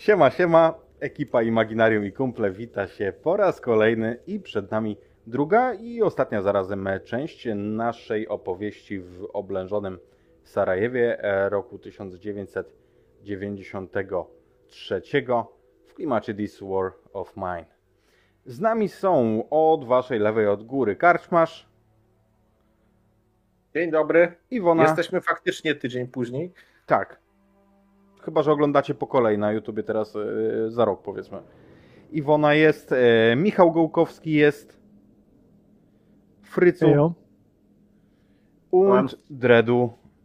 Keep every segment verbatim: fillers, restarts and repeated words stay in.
Siema, siema, ekipa Imaginarium i kumple wita się po raz kolejny i przed nami druga i ostatnia zarazem część naszej opowieści w oblężonym Sarajewie roku tysiąc dziewięćset dziewięćdziesiątego trzeciego w klimacie This War of Mine. Z nami są od waszej lewej od góry Karczmasz. Dzień dobry. Iwona. Jesteśmy faktycznie tydzień później. Tak. Chyba że oglądacie po kolei na YouTubie teraz yy, za rok, powiedzmy. Iwona jest, yy, Michał Gołkowski jest, Frycu Ejo. und Dredu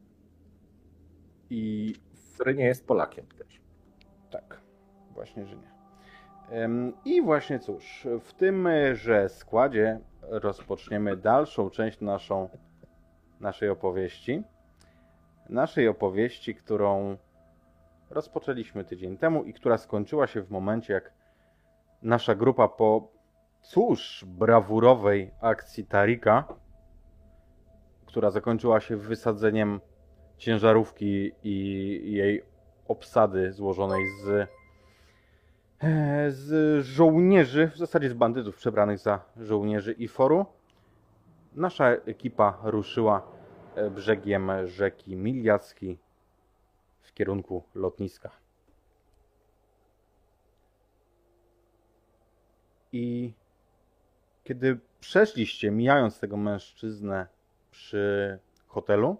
i... Który nie jest Polakiem też. Tak, właśnie, że nie. Ym, I właśnie cóż, w tymże składzie rozpoczniemy dalszą część naszą, naszej opowieści. Naszej opowieści, którą rozpoczęliśmy tydzień temu i która skończyła się w momencie, jak nasza grupa po, cóż, brawurowej akcji Tarika, która zakończyła się wysadzeniem ciężarówki i jej obsady złożonej z, z żołnierzy, w zasadzie z bandytów przebranych za żołnierzy IFOR-u, nasza ekipa ruszyła brzegiem rzeki Miljacki w kierunku lotniska. I kiedy przeszliście, mijając tego mężczyznę przy hotelu,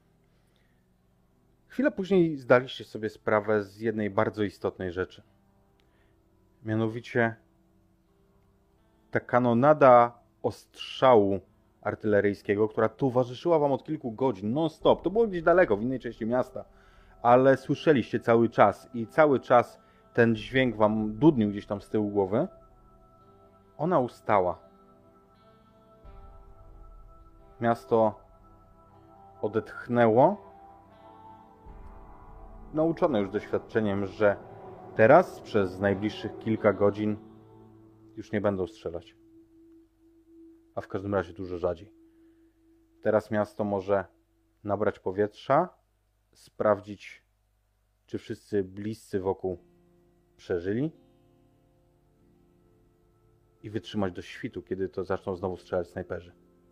chwilę później zdaliście sobie sprawę z jednej bardzo istotnej rzeczy. Mianowicie ta kanonada ostrzału artyleryjskiego, która towarzyszyła wam od kilku godzin, non-stop. To było gdzieś daleko, w innej części miasta, ale słyszeliście cały czas i cały czas ten dźwięk wam dudnił gdzieś tam z tyłu głowy. Ona ustała. Miasto odetchnęło, nauczone już doświadczeniem, że teraz przez najbliższych kilka godzin już nie będą strzelać. A w każdym razie dużo rzadziej. Teraz miasto może nabrać powietrza, sprawdzić, czy wszyscy bliscy wokół przeżyli i wytrzymać do świtu, kiedy to zaczną znowu strzelać snajperzy.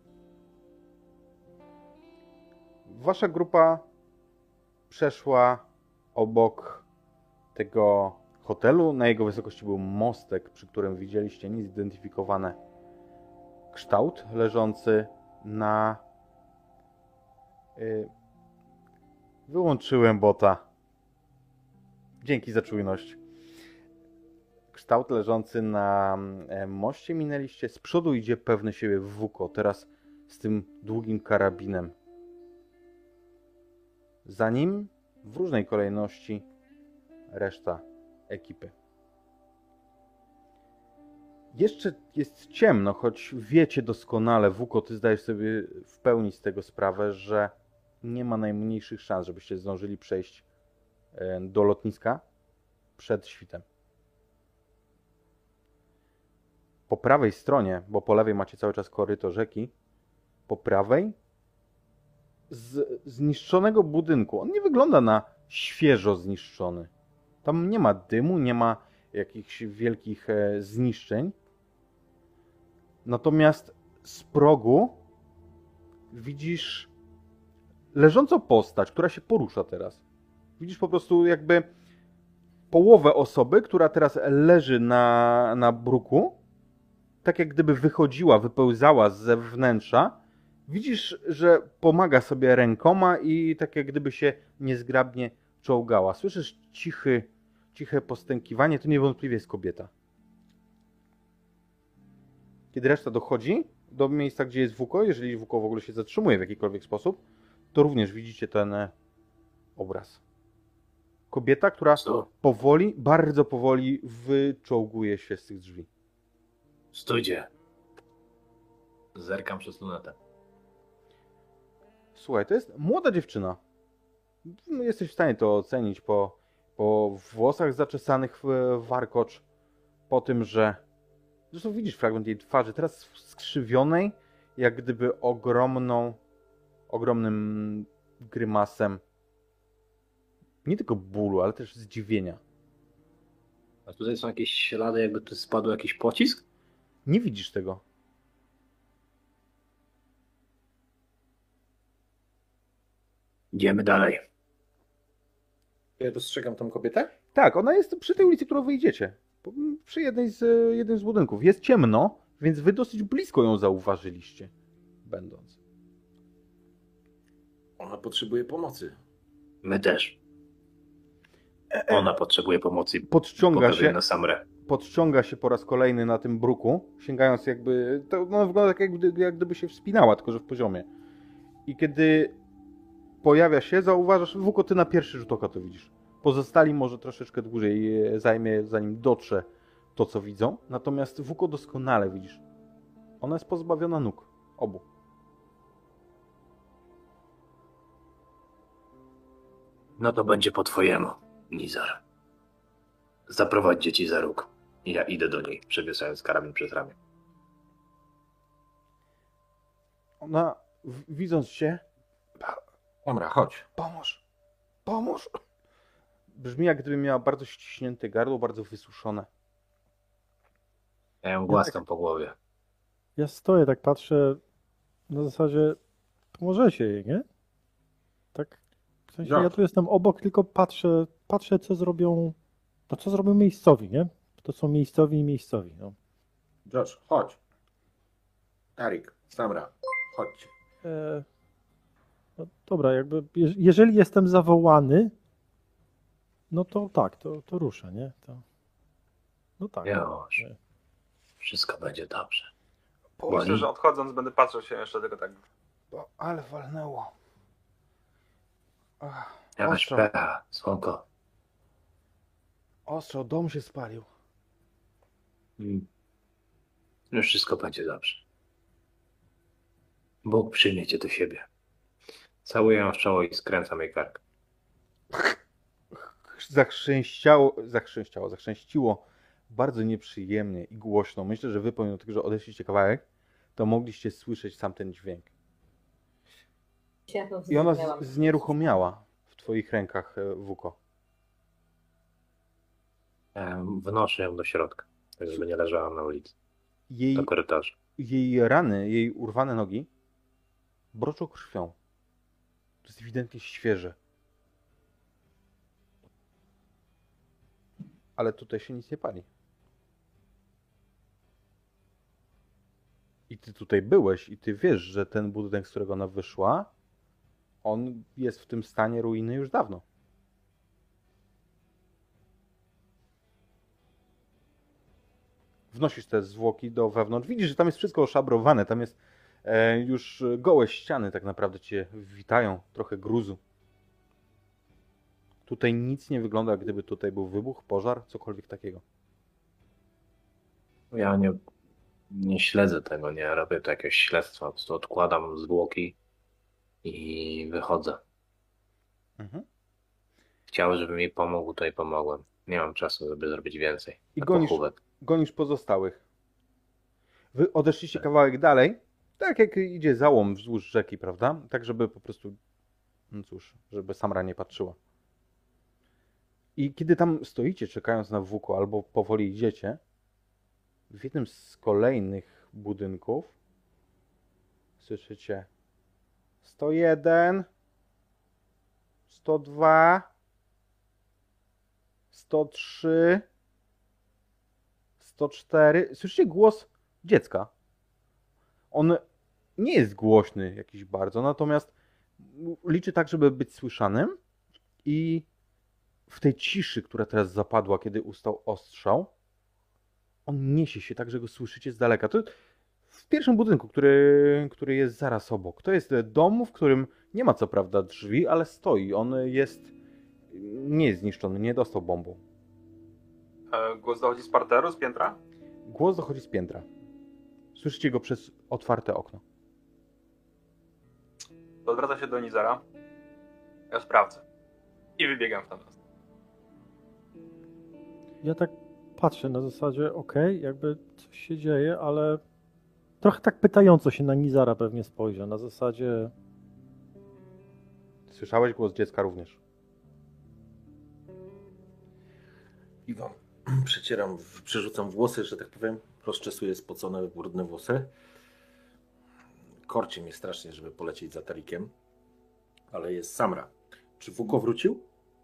Wasza grupa przeszła obok tego hotelu. Na jego wysokości był mostek, przy którym widzieliście niezidentyfikowany kształt leżący na... Yy... Wyłączyłem bota. Dzięki za czujność. Kształt leżący na moście minęliście. Z przodu idzie pewny siebie Wuko, teraz z tym długim karabinem. Za nim w różnej kolejności reszta ekipy. Jeszcze jest ciemno, choć wiecie doskonale, Wuko, ty zdajesz sobie w pełni z tego sprawę, że nie ma najmniejszych szans, żebyście zdążyli przejść do lotniska przed świtem. Po prawej stronie, bo po lewej macie cały czas koryto rzeki, po prawej z zniszczonego budynku. On nie wygląda na świeżo zniszczony. Tam nie ma dymu, nie ma jakichś wielkich e, zniszczeń. Natomiast z progu widzisz leżącą postać, która się porusza teraz. Widzisz po prostu jakby połowę osoby, która teraz leży na, na bruku, tak jak gdyby wychodziła, wypełzała z wnętrza. Widzisz, że pomaga sobie rękoma i tak jak gdyby się niezgrabnie czołgała. Słyszysz cichy, ciche postękiwanie, to niewątpliwie jest kobieta. Kiedy reszta dochodzi do miejsca, gdzie jest Wuko, jeżeli Wuko w ogóle się zatrzymuje w jakikolwiek sposób, to również widzicie ten obraz. Kobieta, która Co? powoli, bardzo powoli wyczołguje się z tych drzwi. Stójcie. Zerkam przez lunetę. Słuchaj, to jest młoda dziewczyna. Jesteś w stanie to ocenić po, po włosach zaczesanych w warkocz, po tym, że... Zresztą widzisz fragment jej twarzy, teraz skrzywionej, jak gdyby ogromną, ogromnym grymasem nie tylko bólu, ale też zdziwienia. A tutaj są jakieś ślady, jakby tu spadł jakiś pocisk? Nie widzisz tego. Idziemy dalej. Ja dostrzegam tą kobietę? Tak, ona jest przy tej ulicy, którą wyjdziecie. Po- Przy jednej z, jednym z budynków. Jest ciemno, więc wy dosyć blisko ją zauważyliście. Będąc. Ona potrzebuje pomocy. My też. Ona potrzebuje pomocy. Podciąga Pokazuje się, na Samrę. podciąga się po raz kolejny na tym bruku, sięgając jakby... To no, wygląda tak, jak, gdy- jak gdyby się wspinała, tylko że w poziomie. I kiedy pojawia się, zauważasz, Wuko, ty na pierwszy rzut oka to widzisz. Pozostali może troszeczkę dłużej e, zajmie, zanim dotrze to, co widzą. Natomiast Wuko doskonale widzisz. Ona jest pozbawiona nóg. Obu. No to będzie po twojemu, Nizar. Zaprowadź dzieci za róg. I ja idę do niej, przewieszając karabin przez ramię. Ona, w- widząc cię, Samra, chodź. pomóż, pomóż. Brzmi, jak gdyby miała bardzo ściśnięte gardło, bardzo wysuszone. Ja ją głaskam po głowie. Ja stoję, tak patrzę, na zasadzie pomożecie jej, nie? Tak, w sensie Jak? ja tu jestem obok, tylko patrzę, patrzę co zrobią, no co zrobią miejscowi, nie? To są miejscowi i miejscowi, no. Josh, chodź. Tarik, Samra, chodźcie. E, no dobra, jakby, je- jeżeli jestem zawołany, no to tak, to, to ruszę, nie? To, no tak. Już. Nie. Wszystko będzie dobrze. Myślę, że odchodząc będę patrzył się jeszcze tylko tak. Bo, ale walnęło. Ach, Jakaś ostro, pecha, słonko. ostro, dom się spalił. Mm. Już wszystko będzie dobrze. Bóg przyjmie cię do siebie. Całuję ją w czoło i skręcam jej kark. Zachrzęściało, zachrzęściało, zachrzęściło bardzo nieprzyjemnie i głośno. Myślę, że wy, pomimo tego, że odeszliście kawałek, to mogliście słyszeć sam ten dźwięk. Się to I ona zrozumiałam. z, znieruchomiała w twoich rękach, e, Wuko. Em, Wnoszę ją do środka, tak żeby nie leżała na ulicy, Jej, do korytarza. jej rany, jej urwane nogi broczą krwią. To jest ewidentnie świeże. Ale tutaj się nic nie pali. I ty tutaj byłeś i ty wiesz, że ten budynek, z którego ona wyszła, on jest w tym stanie ruiny już dawno. Wnosisz te zwłoki do wewnątrz. Widzisz, że tam jest wszystko oszabrowane. Tam jest e, już gołe ściany tak naprawdę cię witają. Trochę gruzu. Tutaj nic nie wygląda, jak gdyby tutaj był wybuch, pożar, cokolwiek takiego. Ja nie, nie śledzę tego, nie robię tu jakiegoś śledztwa, po prostu odkładam zwłoki i wychodzę. Mhm. Chciał, żebym jej pomógł, to jej pomogłem. Nie mam czasu, żeby zrobić więcej. I Na gonisz, pochówek. gonisz pozostałych. Wy odeszliście kawałek dalej, tak jak idzie załom wzdłuż rzeki, prawda? Tak, żeby po prostu, no cóż, żeby Samra nie patrzyła. I kiedy tam stoicie, czekając na Wuko, albo powoli idziecie, w jednym z kolejnych budynków słyszycie sto jeden, sto dwa, sto trzy, sto cztery. Słyszycie głos dziecka. On nie jest głośny jakiś bardzo, natomiast liczy tak, żeby być słyszanym i w tej ciszy, która teraz zapadła, kiedy ustał ostrzał, on niesie się tak, że go słyszycie z daleka. To w pierwszym budynku, który, który jest zaraz obok. To jest dom, w którym nie ma co prawda drzwi, ale stoi. On jest, nie jest zniszczony, nie dostał bombą. E, głos dochodzi z parteru, z piętra? Głos dochodzi z piętra. Słyszycie go przez otwarte okno. To odwraca się do Nizara. Ja sprawdzę. I wybiegam w tamtą stronę. Ja tak patrzę na zasadzie, okej, jakby coś się dzieje, ale trochę tak pytająco się na Nizara pewnie spojrzę, na zasadzie, Słyszałeś głos dziecka również. Iwan, Przecieram, przerzucam włosy, że tak powiem. Rozczesuję spocone, brudne włosy. Korci mnie strasznie, żeby polecieć za Tarikiem. Ale jest Samra. Czy Wuko wrócił?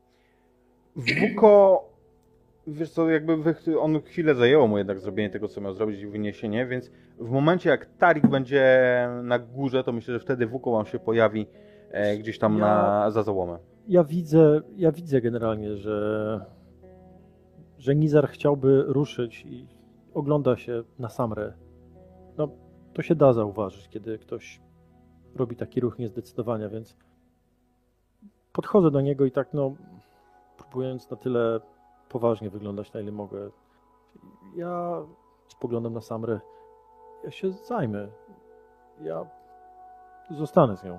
Wuko, wiesz co, jakby wy- on chwilę zajęło mu jednak zrobienie tego, co miał zrobić i wyniesienie, więc w momencie jak Tarik będzie na górze, to myślę, że wtedy Wuko wam się pojawi e, gdzieś tam Ja- na, za załomem. Ja widzę, ja widzę generalnie, że, że Nizar chciałby ruszyć i ogląda się na Samrę. No, to się da zauważyć, kiedy ktoś robi taki ruch niezdecydowania, więc podchodzę do niego i tak, no, próbując na tyle poważnie wyglądać, na ile mogę. Ja spoglądam na Samrę. Ja się zajmę. Ja zostanę z nią.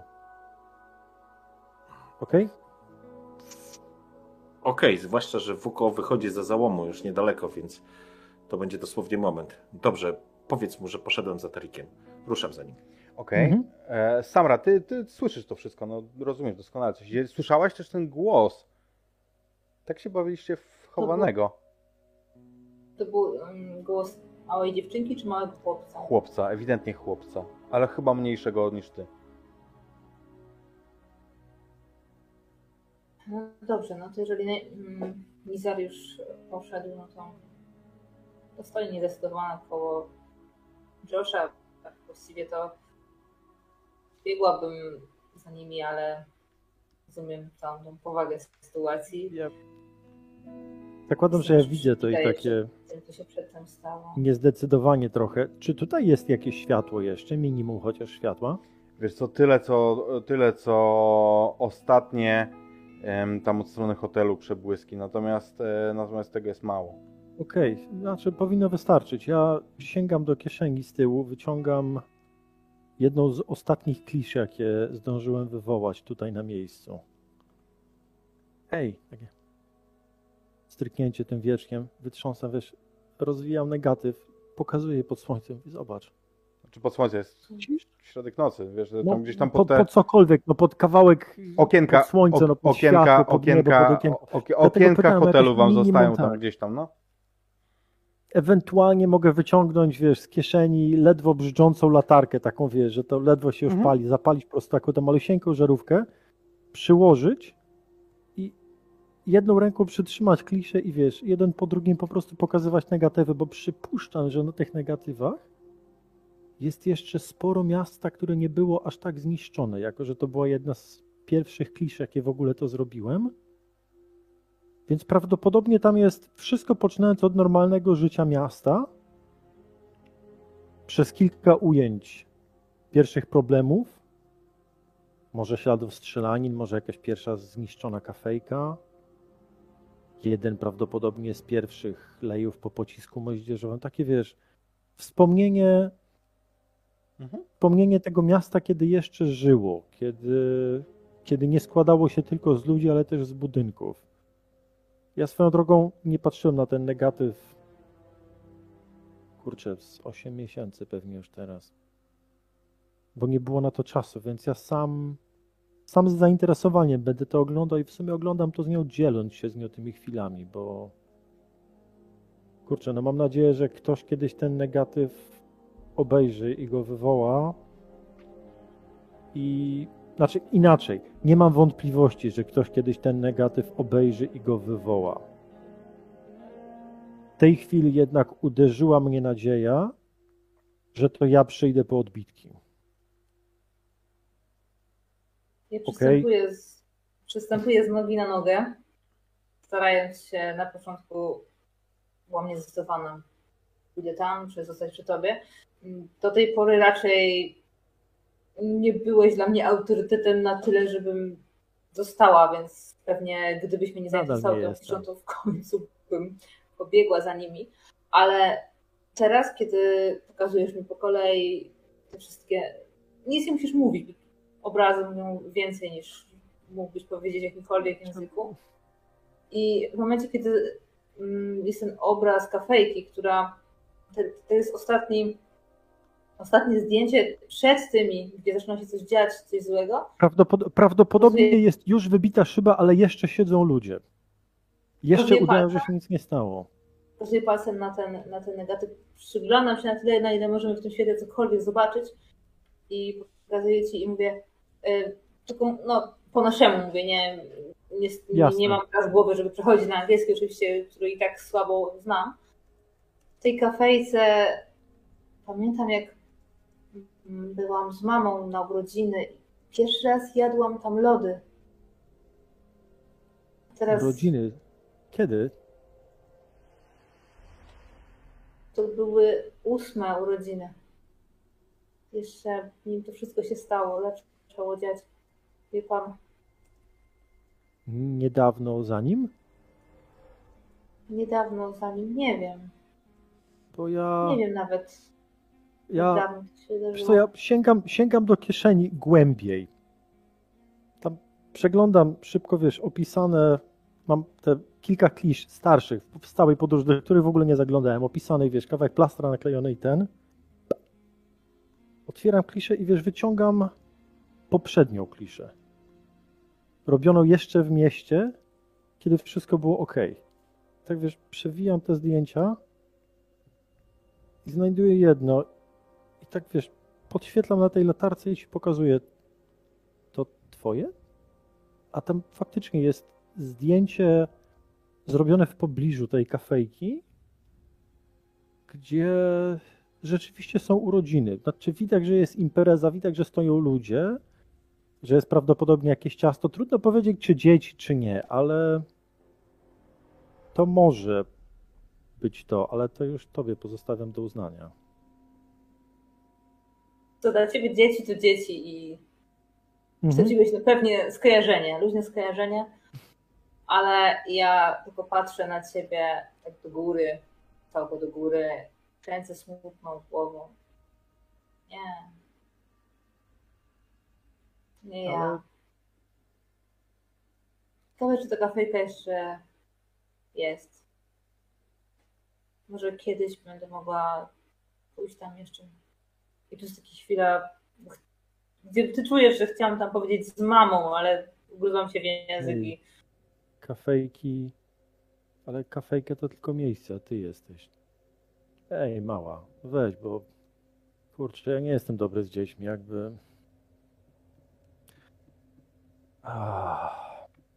Okej? Okej, zwłaszcza, że Wuko wychodzi za załomu już niedaleko, więc to będzie dosłownie moment. Dobrze, powiedz mu, że poszedłem za Tarikiem. Ruszam za nim. Okej. Mhm. E, Samra, ty, ty słyszysz to wszystko, no rozumiesz doskonale coś. Je- Słyszałaś też ten głos. Tak się bawiliście w chowanego To był um, głos małej dziewczynki czy małego chłopca? chłopca, ewidentnie chłopca, ale chyba mniejszego niż ty. No dobrze, no to jeżeli mm, Nizar już poszedł, no to, to stoi niedecydowana koło Josha. Tak właściwie to biegłabym za nimi, ale rozumiem tą, tą powagę sytuacji. Ja zakładam, że ja widzę to i takie Tym, co się przedtem stało. niezdecydowanie trochę. Czy tutaj jest jakieś światło jeszcze? Minimum chociaż światła? Wiesz co, tyle co, tyle co ostatnie em, tam od strony hotelu przebłyski, natomiast, e, natomiast tego jest mało. Okej, znaczy powinno wystarczyć. Ja sięgam do kieszeni z tyłu, wyciągam jedną z ostatnich klisz, jakie zdążyłem wywołać tutaj na miejscu. Hej, takie stryknięcie tym wieczkiem, wytrząsam, wiesz, rozwijam negatyw, pokazuję je pod słońcem i zobacz. Znaczy pod słońce jest środek nocy, wiesz, że No, tam gdzieś tam pod, pod te pod cokolwiek, no pod kawałek okienka, pod słońce, no ok- pod okienka, światło, pod okienka, niebo, pod okienko. o- okie- Dlatego okienka pytałem o hotelu jakieś wam minimum, zostają tam tak. gdzieś tam, no. Ewentualnie mogę wyciągnąć, wiesz, z kieszeni ledwo brzydzącą latarkę, taką, wiesz, że to ledwo się już Mhm. pali, zapalić po prostu taką tą malusieńką żarówkę, przyłożyć i jedną ręką przytrzymać kliszę i wiesz, jeden po drugim po prostu pokazywać negatywy, bo przypuszczam, że na tych negatywach jest jeszcze sporo miasta, które nie było aż tak zniszczone, jako że to była jedna z pierwszych klisz, jakie w ogóle to zrobiłem. Więc prawdopodobnie tam jest wszystko poczynając od normalnego życia miasta, przez kilka ujęć pierwszych problemów, może śladów strzelanin, może jakaś pierwsza zniszczona kafejka, jeden prawdopodobnie z pierwszych lejów po pocisku moździerzowym. Takie, wiesz, wspomnienie, Mhm. wspomnienie tego miasta, kiedy jeszcze żyło, kiedy, kiedy nie składało się tylko z ludzi, ale też z budynków. Ja swoją drogą nie patrzyłem na ten negatyw, kurczę, z osiem miesięcy pewnie już teraz, bo nie było na to czasu, więc ja sam, sam z zainteresowaniem będę to oglądał i w sumie oglądam to z nią, dzieląc się z nią tymi chwilami, bo kurczę, no mam nadzieję, że ktoś kiedyś ten negatyw obejrzy i go wywoła i znaczy inaczej, nie mam wątpliwości, że ktoś kiedyś ten negatyw obejrzy i go wywoła. W tej chwili jednak uderzyła mnie nadzieja, że to ja przyjdę po odbitki. Ja przystępuję, z, przystępuję z nogi na nogę, starając się na początku, byłam niezdecydowana, pójdę tam, czy zostać przy tobie. Do tej pory raczej nie byłeś dla mnie autorytetem na tyle, żebym została, więc pewnie gdybyś mnie nie Nadal zainteresował nie tą jestem. piszą, to w końcu bym pobiegła za nimi. Ale teraz, kiedy pokazujesz mi po kolei te wszystkie... Nic nie musisz mówić. Obrazy mówią więcej niż mógłbyś powiedzieć w jakimkolwiek języku. I w momencie, kiedy mm, jest ten obraz kafejki, która... To, to jest ostatni... Ostatnie zdjęcie przed tymi, gdzie zaczyna się coś dziać, coś złego. Prawdopod- prawdopodobnie Rozumiem. jest już wybita szyba, ale jeszcze siedzą ludzie. Jeszcze wie pan, udają, że się nic nie stało. wskazuję palcem na ten, na ten negatyw. Przyglądam się na tyle, na ile możemy w tym świecie cokolwiek zobaczyć i pokazuję ci i mówię, y, tylko no, po naszemu mówię, nie, nie, nie, nie mam teraz głowy, żeby przechodzić na angielski, oczywiście, który i tak słabo znam. W tej kafejce pamiętam, jak byłam z mamą na urodziny. Pierwszy raz jadłam tam lody. Teraz Urodziny? Kiedy? to były ósme urodziny. Jeszcze nim to wszystko się stało, zaczęło dziać. Wie pan, Niedawno za nim? niedawno za nim, nie wiem. Bo ja... Nie wiem nawet, ja... jak dawno to się Wiesz wydarzyło. co, ja sięgam, sięgam do kieszeni głębiej. Tam przeglądam szybko, wiesz, opisane, mam te kilka klisz starszych w stałej podróży, do których w ogóle nie zaglądałem, opisanych, wiesz, kawałek plastra naklejony i ten. Otwieram kliszę i wiesz, wyciągam poprzednią kliszę. Robioną jeszcze w mieście, kiedy wszystko było ok. Tak wiesz, przewijam te zdjęcia i znajduję jedno. I tak wiesz, podświetlam na tej latarce i ci pokazuję, to twoje? A tam faktycznie jest zdjęcie zrobione w pobliżu tej kafejki, gdzie rzeczywiście są urodziny. Znaczy widać, że jest impreza, widać, że stoją ludzie, że jest prawdopodobnie jakieś ciasto. Trudno powiedzieć, czy dzieci, czy nie, ale to może być to, ale to już tobie pozostawiam do uznania. To dla ciebie dzieci to dzieci i Mhm. wsadziłeś no pewnie skojarzenie, luźne skojarzenie, ale ja tylko patrzę na ciebie tak do góry, całego do góry, kręcę smutną głową. Nie. Nie ja. Ale- Ciekawe, czy ta kafejka jeszcze jest. Może kiedyś będę mogła pójść tam jeszcze. I tu jest taka chwila, gdzie ty czujesz, że chciałam tam powiedzieć z mamą, ale ugryzłam się w język Ej. i Kafejki, ale kafejka to tylko miejsce, a ty jesteś. Ej, mała, weź, bo kurczę, ja nie jestem dobry z dziećmi, jakby... Ah.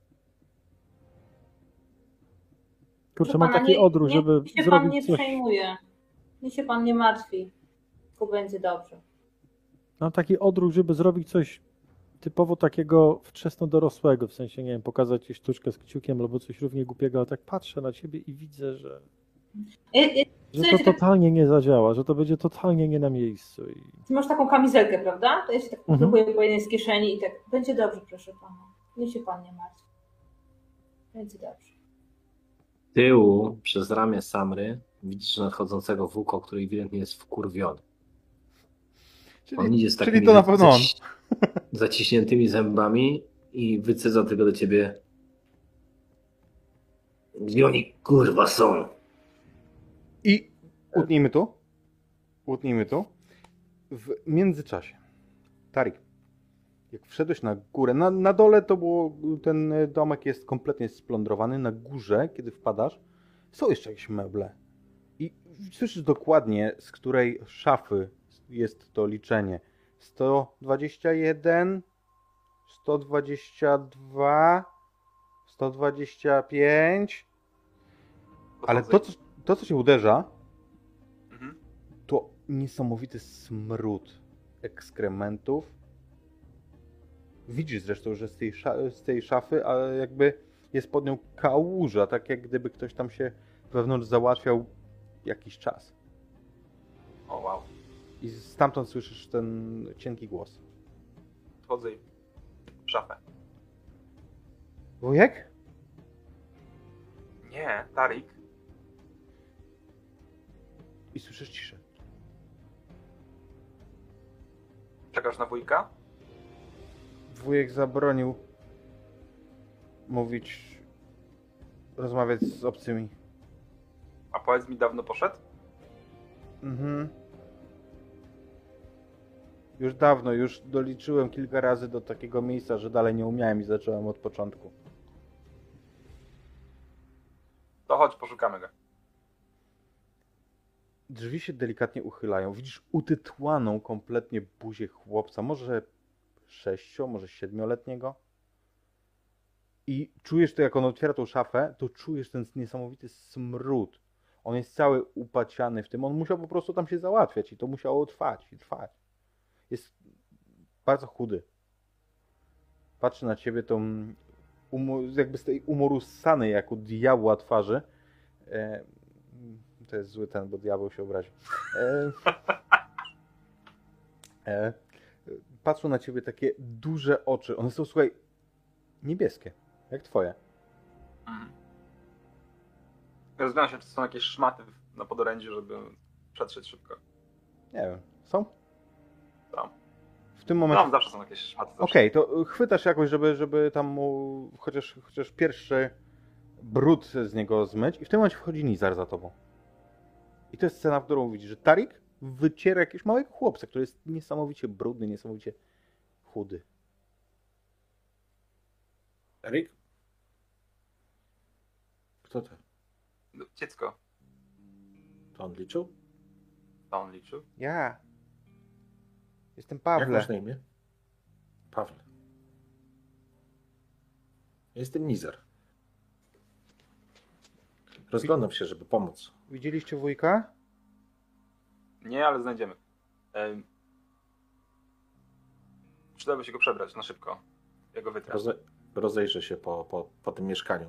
Kurczę, mam Pana, taki nie- odruch, nie- żeby niech się pan nie zrobić coś... przejmuje. Niech się pan nie martwi. Tylko będzie dobrze. Mam taki odruch, żeby zrobić coś typowo takiego wczesnodorosłego, w sensie, nie wiem, pokazać ci sztuczkę z kciukiem albo coś równie głupiego, ale tak patrzę na ciebie i widzę, że, Ja, ja, że co ja to ci tak- totalnie nie zadziała, że to będzie totalnie nie na miejscu. I... Ty masz taką kamizelkę, prawda? To ja się tak Mhm. próbuję po jednej z kieszeni i tak, będzie dobrze, proszę pana. Niech się pan nie martwi. Będzie dobrze. Tyłu, przez ramię Samry, widzisz nadchodzącego Wuko, który ewidentnie jest wkurwiony. On Czyli, idzie z czyli takimi to na pewno on. zaci- zaciśniętymi zębami i wycedza tylko do ciebie. Gdzie oni kurwa są? I utnijmy tu. Utnijmy tu. W międzyczasie. Tarik, jak wszedłeś na górę, na, na dole to było, ten domek jest kompletnie splądrowany. Na górze, kiedy wpadasz, są jeszcze jakieś meble. I słyszysz dokładnie, z której szafy jest to liczenie. sto dwadzieścia jeden, sto dwadzieścia dwa, sto dwadzieścia pięć. Ale to, co, to, co się uderza, Mhm. to niesamowity smród ekskrementów. Widzisz zresztą, że z tej, sza- z tej szafy, ale jakby jest pod nią kałuża, tak jak gdyby ktoś tam się wewnątrz załatwiał jakiś czas. O wow. I stamtąd słyszysz ten cienki głos. Wchodzę w szafę. Wujek? Nie, Tarik. I słyszysz ciszę. Czekasz na wujka? Wujek zabronił mówić, rozmawiać z obcymi. A powiedz mi, dawno poszedł? Mhm. Już dawno, już doliczyłem kilka razy do takiego miejsca, że dalej nie umiałem i zacząłem od początku. To chodź, poszukamy go. drzwi się delikatnie uchylają. Widzisz utytłaną kompletnie buzię chłopca, może sześcio, może siedmioletniego. I czujesz to, jak on otwiera tą szafę, to czujesz ten niesamowity smród. On jest cały upaciany w tym. On musiał po prostu tam się załatwiać i to musiało trwać i trwać. Jest bardzo chudy. Patrzy na ciebie tą umo- jakby z tej umorusanej jak u diabła twarzy. E, to jest zły ten, bo diabeł się obraził. E, e, patrzą na ciebie takie duże oczy. One są, słuchaj, niebieskie. Jak twoje. Mhm. Ja zastanawiam się, czy są jakieś szmaty na podorędziu, żeby przetrzeć szybko. Nie wiem. Są? Tam. W tym momencie... Tam zawsze są jakieś szmaty. zawsze. Okej, to chwytasz jakoś, żeby, żeby tam mu chociaż, chociaż pierwszy brud z niego zmyć i w tym momencie wchodzi Nizar za tobą. I to jest scena, w którą widzisz, że Tarik wyciera jakiegoś małego chłopca, który jest niesamowicie brudny, niesamowicie chudy. Tarik? Kto to? No, dziecko. To on liczył? To on liczył? Ja. Jestem Jak Pawle. masz na imię? Pawle. Ja jestem Nizar. Rozglądam się, żeby pomóc. Widzieliście wujka? Nie, ale znajdziemy. Ej. Przydałoby się go przebrać na szybko. Ja go wytrę. Roze rozejrzę się po, po, po tym mieszkaniu.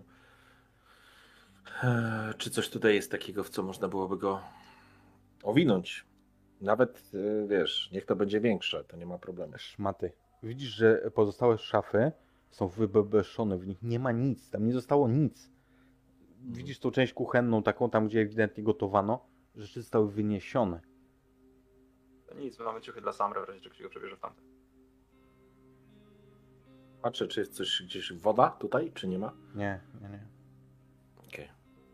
Eee, czy coś tutaj jest takiego, w co można byłoby go owinąć? Nawet, e, wiesz, niech to będzie większe, to nie ma problemu. Szmaty. Widzisz, że pozostałe szafy są wybebeszone, w nich nie ma nic, tam nie zostało nic. Widzisz tą część kuchenną, taką tam, gdzie ewidentnie gotowano, rzeczy zostały wyniesione. To nic, my mamy ciuchy dla Samra, w razie czego się go przebierze w tamte. Patrzę, czy jest coś gdzieś woda tutaj, czy nie ma? Nie, nie, nie. Okej.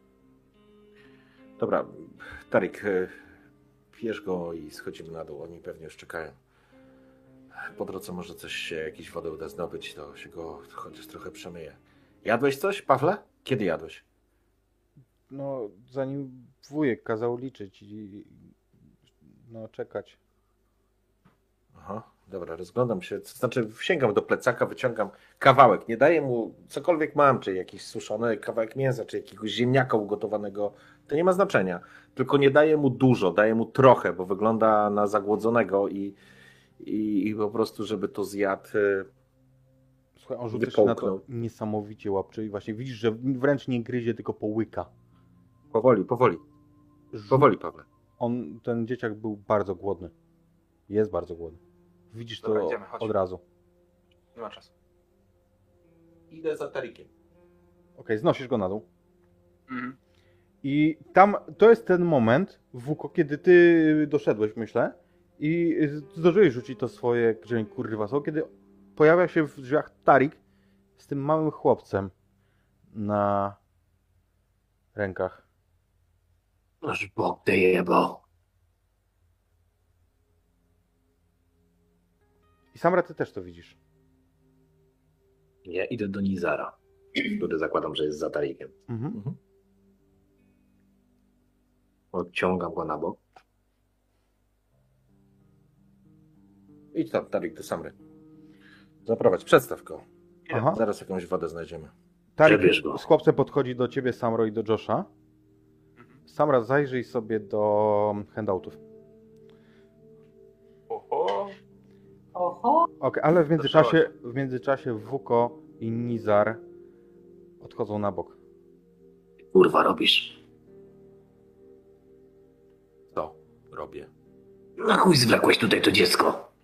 Dobra, Tarik, e, bierz go i schodzimy na dół, oni pewnie już czekają. Po drodze może coś się, jakieś wodę uda zdobyć, to się go chociaż trochę przemyje. Jadłeś coś, Pawle? Kiedy jadłeś? No, zanim wujek kazał liczyć i no, czekać. Aha, dobra, rozglądam się, to znaczy sięgam do plecaka, wyciągam kawałek, nie daję mu cokolwiek mam, czy jakiś suszony kawałek mięsa, czy jakiegoś ziemniaka ugotowanego, to nie ma znaczenia, tylko nie daję mu dużo, daję mu trochę, bo wygląda na zagłodzonego i, i, i po prostu, żeby to zjadł. Słuchaj, on rzuca się na to Wypołknął. niesamowicie łapczy i właśnie widzisz, że wręcz nie gryzie, tylko połyka. Powoli, powoli, powoli, Pawle. On, ten dzieciak był bardzo głodny. Jest bardzo głodny. Widzisz to Dobra, idziemy, chodź. od razu. Nie ma czasu. Idę za Tarikiem. Okej, znosisz go na dół. Mhm. I tam, to jest ten moment, Wuko, kiedy ty doszedłeś, myślę, i zdążyłeś rzucić to swoje, gdzie oni kurwa są, kiedy pojawia się w drzwiach Tarik z tym małym chłopcem na rękach. Aż Bóg te jebał. I Samra, ty też to widzisz. Ja idę do Nizara, który zakładam, że jest za Tarikiem. Mhm. Mhm. Odciągam go na bok. Idź tam, Tarik, do Samry. Zaprowadź, przedstaw go. Aha. Zaraz jakąś wodę znajdziemy. Tarik Przebierz go. z chłopcem podchodzi do ciebie, Samro, i do Josha. Mhm. Samra, zajrzyj sobie do handoutów. Oho. Oho, Okej, ale w międzyczasie, w międzyczasie Wuko i Nizar odchodzą na bok. Kurwa robisz. Co robię? Na chuj zwlekłeś tutaj to dziecko.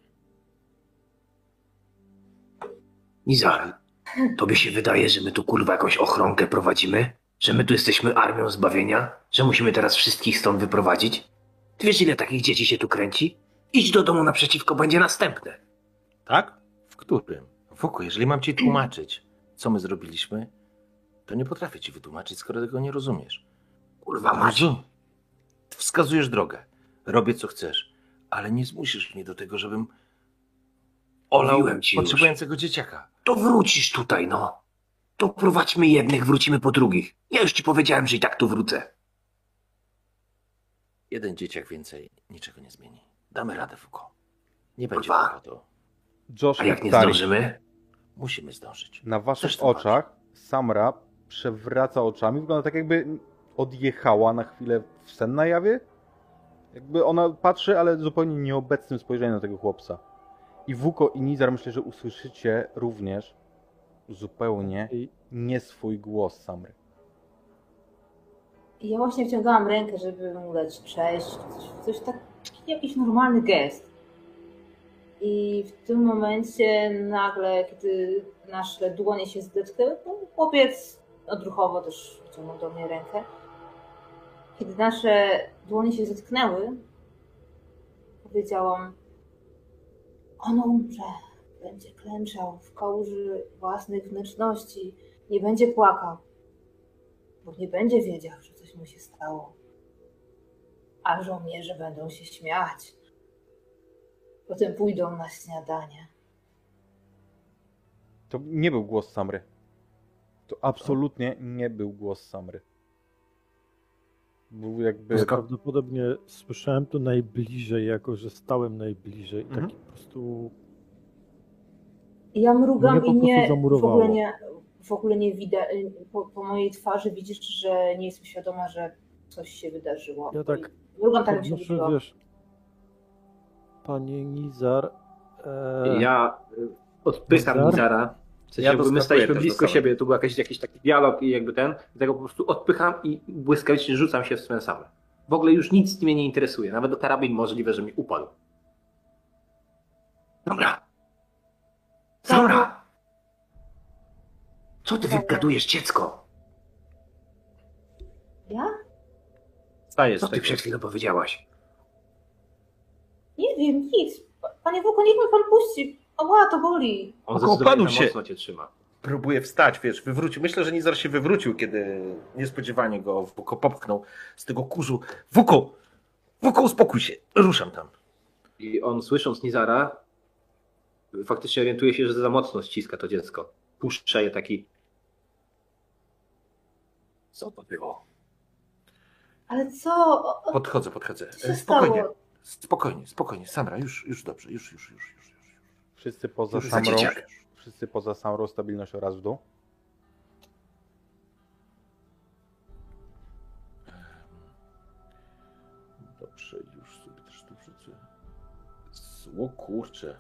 Nizar, tobie się wydaje, że my tu kurwa jakąś ochronkę prowadzimy? Że my tu jesteśmy armią zbawienia? Że musimy teraz wszystkich stąd wyprowadzić? Ty wiesz, ile takich dzieci się tu kręci? Idź do domu naprzeciwko, będzie następne. Tak? W którym? Wuku, jeżeli mam ci tłumaczyć, co my zrobiliśmy, to nie potrafię ci wytłumaczyć, skoro tego nie rozumiesz. Kurwa mać. Rozum- Wskazujesz drogę. Robię, co chcesz. Ale nie zmusisz mnie do tego, żebym olał Mówiłem ci już. potrzebującego dzieciaka. To wrócisz tutaj, no. To prowadźmy jednych, wrócimy po drugich. Ja już ci powiedziałem, że i tak tu wrócę. Jeden dzieciak więcej niczego nie zmieni. Damy radę, Fuko. Nie będzie Kurwa. powodu. Josh A jak nie Tari, zdążymy? Musimy zdążyć. na waszych Zresztą oczach Samra przewraca oczami. Wygląda tak, jakby odjechała na chwilę w sen na jawie. Jakby ona patrzy, ale zupełnie nieobecnym spojrzeniem na tego chłopca. I Wuko i Nizar, myślę, że usłyszycie również zupełnie I nie swój głos Samry. I ja właśnie wciągałam rękę, żeby mu dać cześć, coś, coś tak, jakiś normalny gest. I w tym momencie nagle, kiedy nasze dłonie się zetknęły, to chłopiec odruchowo też wyciągnął do mnie rękę. Kiedy nasze dłonie się zetknęły, powiedziałam: on umrze, będzie klęczał w kałuży własnych wnętrzności, nie będzie płakał, bo nie będzie wiedział, że coś mu się stało. A żołnierze będą się śmiać. Potem pójdą na śniadanie. To nie był głos Samry. To absolutnie nie był głos Samry. Był jakby... prawdopodobnie słyszałem to najbliżej, jako że stałem najbliżej. Mhm. Taki po prostu... I ja mrugam Mnie po i prostu nie, w zamurowało. ogóle nie, w ogóle nie widać, po, po mojej twarzy widzisz, że nie jestem świadoma, że coś się wydarzyło. Ja tak I mrugam tak, jak się podnoszę, budziłam. wiesz, panie Nizar... E... Ja y, odpycham Nizar? Nizara. W sensie, Ja jakby my doskakuję staliśmy też do blisko samego. siebie, tu był jakiś, jakiś taki dialog i jakby ten, dlatego po prostu odpycham i błyskawicznie rzucam się w stronę Samry. W ogóle już nic mnie nie interesuje, nawet karabin możliwe, że mi upadł. Dobra. Samra! Co ty wygadujesz, dziecko? Ja? Staję z Co ty tego. przed chwilą powiedziałaś? Nie wiem, nic. Panie Wuko, niech mnie pan puści. Ała, to boli. On Około zdecydowanie panu za się. mocno cię trzyma. Próbuje wstać, wiesz, wywrócił. Myślę, że Nizar się wywrócił, kiedy niespodziewanie go Wuko popchnął z tego kurzu. Wuko! Wuko, uspokój się! Ruszam tam. I on, słysząc Nizara, faktycznie orientuje się, że za mocno ściska to dziecko. Puszcza je taki... Co to było? Ale co? O, o, Podchodzę, podchodzę. co się E, Spokojnie, stało? spokojnie, spokojnie. Samra, już, już dobrze, już, już, już, już. już. Wszyscy poza Już za Samrą, dzieciak. wszyscy poza Samrą, stabilność oraz w dół. Dobrze, już sobie też tu wrzucę. Zło kurczę.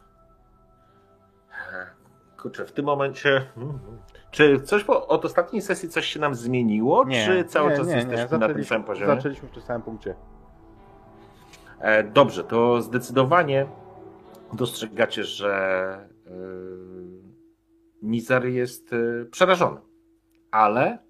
Kurczę, w tym momencie... Czy coś po, od ostatniej sesji coś się nam zmieniło? Czy cały nie, czas nie, nie. jesteśmy na tym Zaczęliśmy- samym poziomie? Zaczęliśmy w tym samym punkcie. E, dobrze, to zdecydowanie dostrzegacie, że yy, Nizar jest yy, przerażony, ale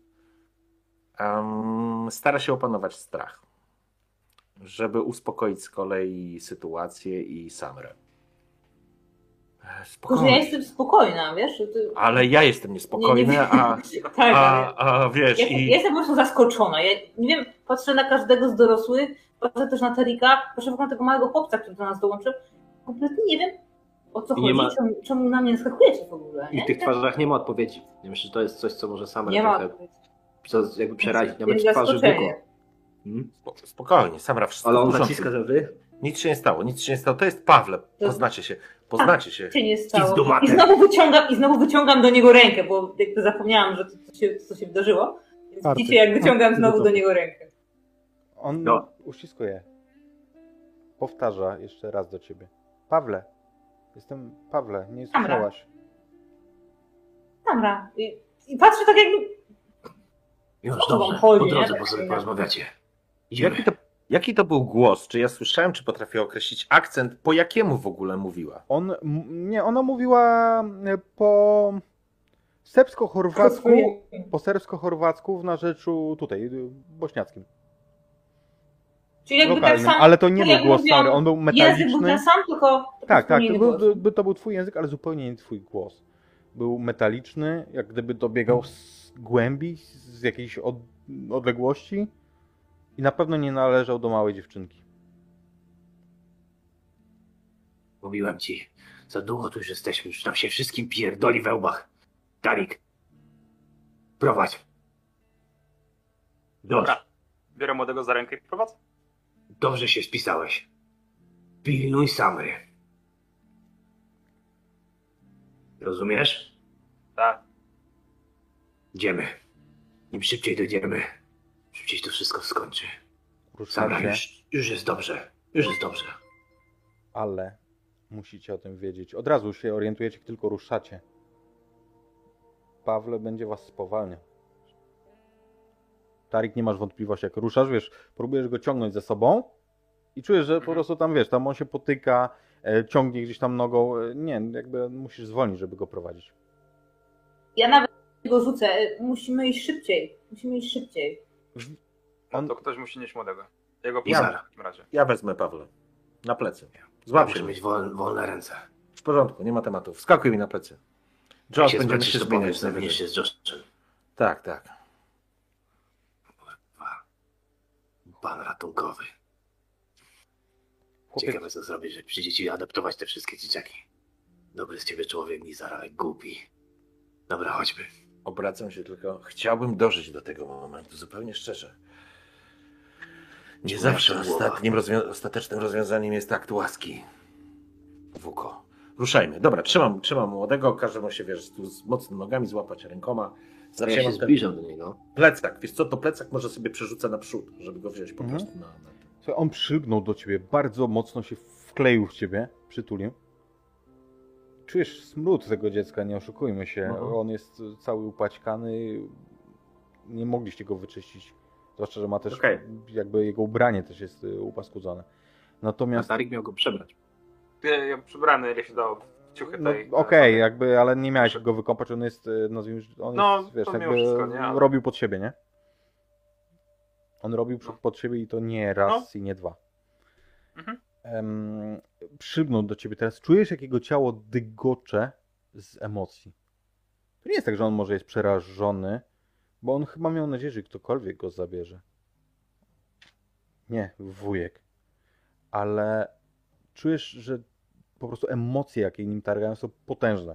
em, stara się opanować strach, żeby uspokoić z kolei sytuację i Samrę. E, Tylko, że ja Spokojnie, jestem spokojna, wiesz? że Ty... ale ja jestem niespokojny, Nie, nie, nie. a, tak, ale... a, a wiesz, Ja, i ja jestem po prostu zaskoczona. Ja nie wiem, patrzę na każdego z dorosłych, patrzę też na Tarika, patrzę w ogóle na tego małego chłopca, który do nas dołączył. Kompletnie nie wiem, o co I nie chodzi, ma- czemu, czemu na mnie naskakujecie w ogóle. I Nie? w tych twarzach nie ma odpowiedzi. Ja myślę, że to jest coś, co może Samra Nie ma trochę odpowiedzi. co jakby przerazić. Nawet Jest w twarzy zaskoczenie. Wuko. Mhm. Spo- spokojnie, Samra, wszystko Ale w on porządku. naciska, że wy... Nic się nie stało, nic się nie stało. To jest Pawle, poznacie się, poznacie się. się nie stało. Pizdumaty. I znowu wyciągam, i znowu wyciągam do niego rękę, bo jakby zapomniałam, że to, to, się, co się wydarzyło. Więc Arty. widzicie, jak wyciągam Arty, znowu to- do niego rękę. On No. uściskuje. Powtarza jeszcze raz do ciebie. Pawle. Jestem Pawle, nie Samra. słyszałaś. Samra. I, i patrzę tak jakby... Już, O co wam dobrze. chodzi, Po nie? drodze Tak po sobie się- porozmawiacie. Idziemy. Jaki to, jaki to był głos? Czy ja słyszałem, czy potrafię określić akcent? Po jakiemu w ogóle mówiła? On, m- nie, ona mówiła e, po serbsko-chorwacku, po serbsko-chorwacku w narzeczu tutaj, y, bośniackim. Czyli jakby Lokalnym, tak sam, ale to nie tak był jak głos mówiłam, Samry, on był język był metaliczny. ten sam, tylko... Tak, tak, inny to był, głos. to, to był twój język, ale zupełnie nie twój głos. Był metaliczny, jak gdyby dobiegał z głębi, z jakiejś od, odległości i na pewno nie należał do małej dziewczynki. Mówiłem ci, za długo tu już jesteśmy, już nam się wszystkim pierdoli we łbach. Tarik, prowadź. Dobra. Biorę młodego za rękę i prowadzę. Dobrze się spisałeś. Pilnuj Samry. Rozumiesz? Tak. Idziemy. Im szybciej dojdziemy, szybciej to wszystko skończy. Samra, Ruszacie, już, już jest dobrze. Już jest dobrze. ale musicie o tym wiedzieć. Od razu się orientujecie, jak tylko ruszacie. Pawle będzie was spowalniał. Tarik, nie masz wątpliwości, jak ruszasz, wiesz, próbujesz go ciągnąć ze sobą i czujesz, że po prostu tam, wiesz, tam on się potyka, e, ciągnie gdzieś tam nogą. E, nie, jakby musisz zwolnić, żeby go prowadzić. Ja nawet go rzucę. Musimy iść szybciej. Musimy iść szybciej. No On- to ktoś musi nieść młodego. Jego Ja. pójdę w takim razie. Ja wezmę Pawle. Na plecy. Złap Muszę się. mieć wol, wolne ręce. W porządku, nie ma tematu. Wskakuj mi na plecy. Jak Josh, się będziemy zmęczysz, się to zmieniać powiedz, najwyżej. zamienisz się z Joshem. Tak, tak. Pan ratunkowy. Chłopiec, Ciekawe co zrobisz, jak przyjdzie ci adaptować te wszystkie dzieciaki. Dobry z ciebie człowiek, Nizar, ale głupi. Dobra, chodźmy. Obracam się tylko. Chciałbym dożyć do tego momentu, zupełnie szczerze. Nie Moja zawsze głowa. ostatnim rozwią- ostatecznym rozwiązaniem jest akt łaski. Wuko. Ruszajmy. Dobra, trzymam, trzymam młodego, każę mu się, wiesz, tu z mocno nogami złapać rękoma. Ja Zaczynam się ten zbliżam do niego. plecak. Wiesz co, to plecak może sobie przerzucę naprzód, żeby go wziąć po Mhm. prostu na... na... słuchaj, on przylgnął do ciebie, bardzo mocno się wkleił w ciebie, przytulił. Czujesz smród tego dziecka, nie oszukujmy się. Mhm. On jest cały upaćkany. Nie mogliście go wyczyścić. Zwłaszcza, że ma też Okej. jakby jego ubranie też jest y, upaskudzone. A Natomiast Tarik miał go przebrać. Ja, ja przybrany, ile się dało w ciuchy no, tej... okej, jakby, ale nie miałeś go wykąpać, on jest, y, nazwijmy, on No, jest, wiesz, to jakby mimo wszystko, nie, ale- robił pod siebie, nie? On robił No. pod siebie i to nie raz i nie dwa. Mhm. Em, przylgnął do ciebie teraz. Czujesz, jak jego ciało dygocze z emocji. To nie jest tak, że on może jest przerażony, bo on chyba miał nadzieję, że ktokolwiek go zabierze. Nie, wujek. Ale czujesz, że po prostu emocje, jakie nim targają, są potężne.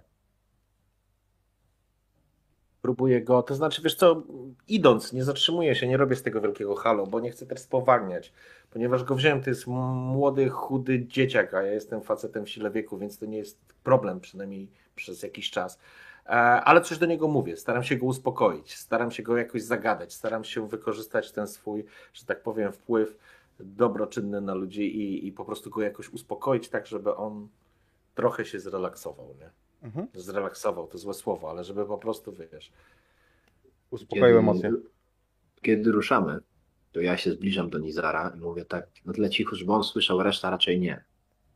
Próbuję go, to znaczy, wiesz co, idąc, nie zatrzymuję się, nie robię z tego wielkiego halo, bo nie chcę też spowalniać, ponieważ go wziąłem, to jest młody, chudy dzieciak, a ja jestem facetem w sile wieku, więc to nie jest problem, przynajmniej przez jakiś czas. E, Ale coś do niego mówię, staram się go uspokoić, staram się go jakoś zagadać, staram się wykorzystać ten swój, że tak powiem, wpływ dobroczynny na ludzi i, i po prostu go jakoś uspokoić tak, żeby on trochę się zrelaksował, nie? Mhm. Zrelaksował, to złe słowo, ale żeby po prostu, wiesz, Uspokoił emocje. Kiedy ruszamy, to ja się zbliżam do Nizara i mówię tak na tyle cicho, żeby on słyszał, reszta raczej nie.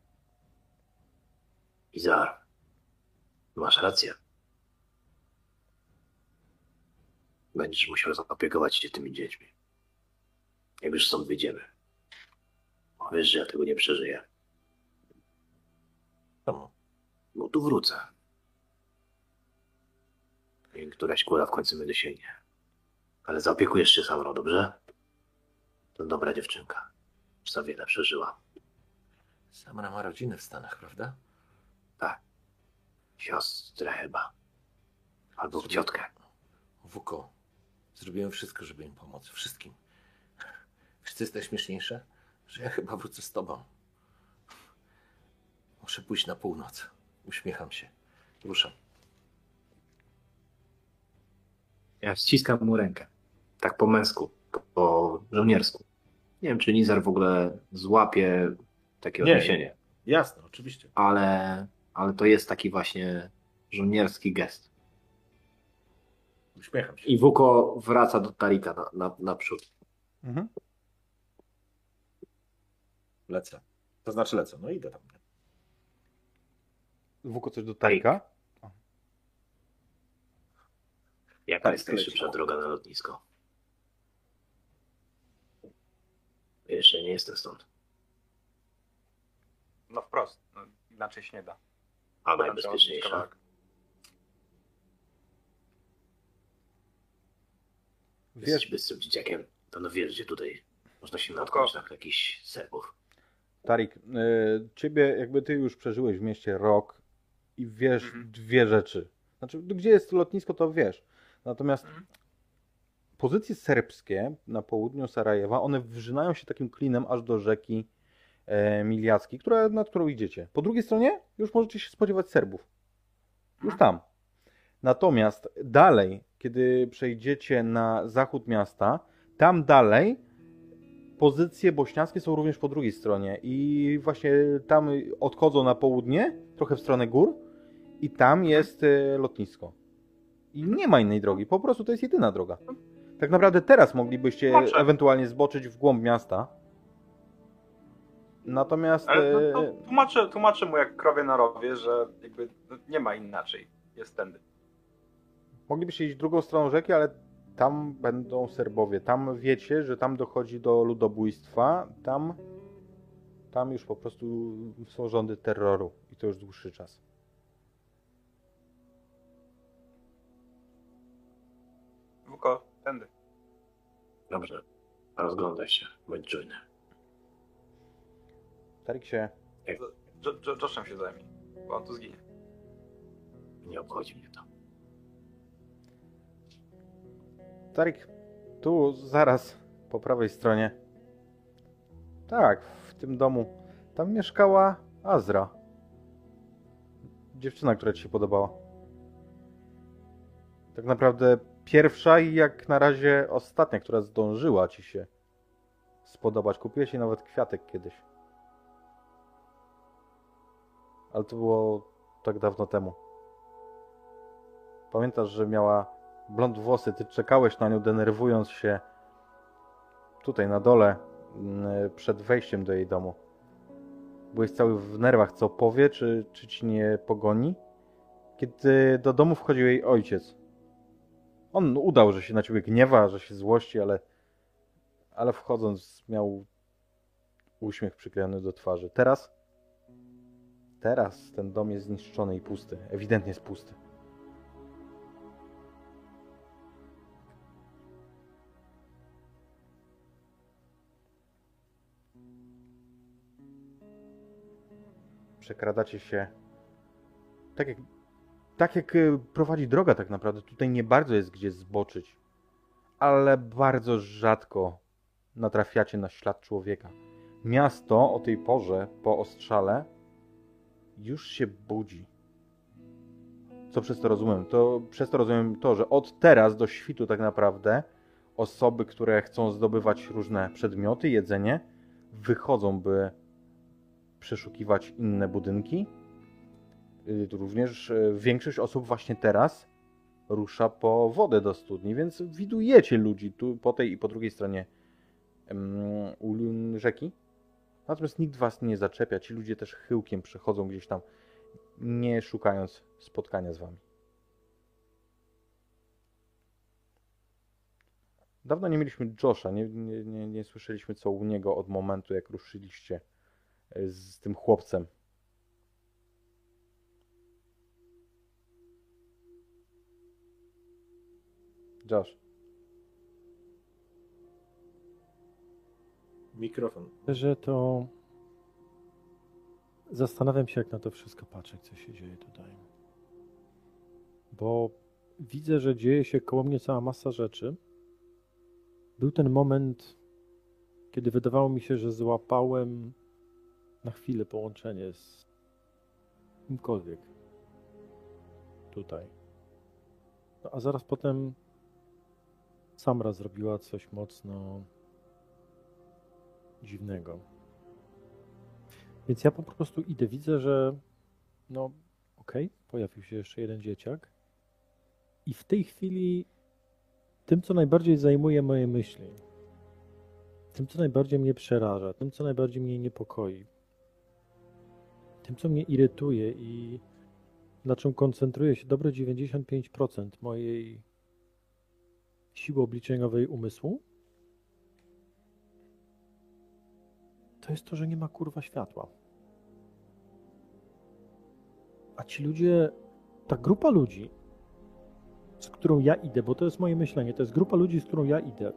Nizar, masz rację. Będziesz musiał zaopiekować się tymi dziećmi. Jak już stąd wyjdziemy. Bo wiesz, że ja tego nie przeżyję. czemu? Bo tu wrócę. I któraś kula w końcu mnie dosięgnie. Ale zaopiekujesz się Samrą, dobrze? To dobra dziewczynka. Już za wiele przeżyła. Samra ma rodzinę w Stanach, prawda? Tak. Siostrę chyba. Albo Zrobię- ciotkę. Wuko, zrobiłem wszystko, żeby im pomóc. Wszystkim. Wiesz, co jest najśmieszniejsze? Że ja chyba wrócę z tobą. Muszę pójść na północ. Uśmiecham się. Ruszam. Ja ściskam mu rękę. Tak po męsku, po żołniersku. Nie wiem, czy Nizar w ogóle złapie takie Nie. odniesienie, Jasne, oczywiście. ale, ale to jest taki właśnie żołnierski gest. Uśmiecham się. I Wuko wraca do Tarika na, na, naprzód. Mhm. Lecę. To znaczy lecę. No idę tam. Wuko, coś do Tarika? Jaka Tak, jest leci. najszybsza droga na lotnisko? Jeszcze nie jestem stąd. No wprost, no, inaczej się nie da. A Tam trzeba najbezpieczniejsza? odbić kawałek. Jesteś Wiesz, bystrym dzieciakiem. To no wiesz, gdzie tutaj można się Tylko- natknąć na jakichś Serbów. Tarik, y, ciebie jakby ty już przeżyłeś w mieście rok i wiesz Mhm. dwie rzeczy. Znaczy, gdzie jest lotnisko, to wiesz. Natomiast Mhm. pozycje serbskie na południu Sarajewa, one wrzynają się takim klinem aż do rzeki e, Miliacki, która, nad którą idziecie. Po drugiej stronie już możecie się spodziewać Serbów. Już tam. Natomiast dalej, kiedy przejdziecie na zachód miasta, tam dalej pozycje bośniackie są również po drugiej stronie i właśnie tam odchodzą na południe, trochę w stronę gór i tam jest e, lotnisko. I nie ma innej drogi, po prostu to jest jedyna droga. Tak naprawdę teraz moglibyście Tłumaczę. ewentualnie zboczyć w głąb miasta. Natomiast Ale no, e, to tłumaczę, tłumaczę mu jak krowie na rowie, że jakby no, nie ma inaczej. Jest tędy. moglibyście iść drugą stroną rzeki, ale tam będą Serbowie. Tam wiecie, że tam dochodzi do ludobójstwa. Tam, tam już po prostu są rządy terroru i to już dłuższy czas. Wuko, tędy. Dobrze, rozglądaj się, bądź czujny. Tarik się Jo- Jo- Joshem się zajmie, bo on tu zginie. Nie obchodzi mnie to. Tarik, tu zaraz po prawej stronie. Tak, w tym domu. Tam mieszkała Azra. Dziewczyna, która ci się podobała. Tak naprawdę pierwsza i jak na razie ostatnia, która zdążyła ci się spodobać. Kupiłeś jej nawet kwiatek kiedyś. Ale to było tak dawno temu. Pamiętasz, że miała blond włosy, ty czekałeś na nią, denerwując się tutaj na dole mm, przed wejściem do jej domu. Byłeś cały w nerwach, co powie, czy, czy ci nie pogoni. Kiedy do domu wchodził jej ojciec. On udał, że się na ciebie gniewa, że się złości, ale, ale wchodząc miał uśmiech przyklejony do twarzy. Teraz? Teraz ten dom jest zniszczony i pusty. Ewidentnie jest pusty. Przekradacie się tak jak, tak jak y, prowadzi droga tak naprawdę. Tutaj nie bardzo jest gdzie zboczyć, ale bardzo rzadko natrafiacie na ślad człowieka. Miasto o tej porze, po ostrzale, już się budzi. Co przez to rozumiem? To przez to rozumiem to, że od teraz do świtu tak naprawdę osoby, które chcą zdobywać różne przedmioty, jedzenie, wychodzą, by przeszukiwać inne budynki. Również większość osób właśnie teraz rusza po wodę do studni, więc widujecie ludzi tu po tej i po drugiej stronie um, rzeki. Natomiast nikt was nie zaczepia. Ci ludzie też chyłkiem przechodzą gdzieś tam, nie szukając spotkania z wami. Dawno nie mieliśmy Josha, nie, nie, nie, nie słyszeliśmy co u niego od momentu, jak ruszyliście z tym chłopcem. Josh. Mikrofon. Że to... Zastanawiam się, jak na to wszystko patrzeć, co się dzieje tutaj. Bo widzę, że dzieje się koło mnie cała masa rzeczy. Był ten moment, kiedy wydawało mi się, że złapałem na chwilę połączenie z kimkolwiek tutaj. No, a zaraz potem Samra zrobiła coś mocno dziwnego. Więc ja po prostu idę, widzę, że no okej, okay, pojawił się jeszcze jeden dzieciak i w tej chwili tym, co najbardziej zajmuje moje myśli, tym, co najbardziej mnie przeraża, tym, co najbardziej mnie niepokoi, tym, co mnie irytuje i na czym koncentruje się dobre dziewięćdziesiąt pięć procent mojej siły obliczeniowej umysłu, to jest to, że nie ma kurwa światła. A ci ludzie, ta grupa ludzi, z którą ja idę, bo to jest moje myślenie, to jest grupa ludzi, z którą ja idę.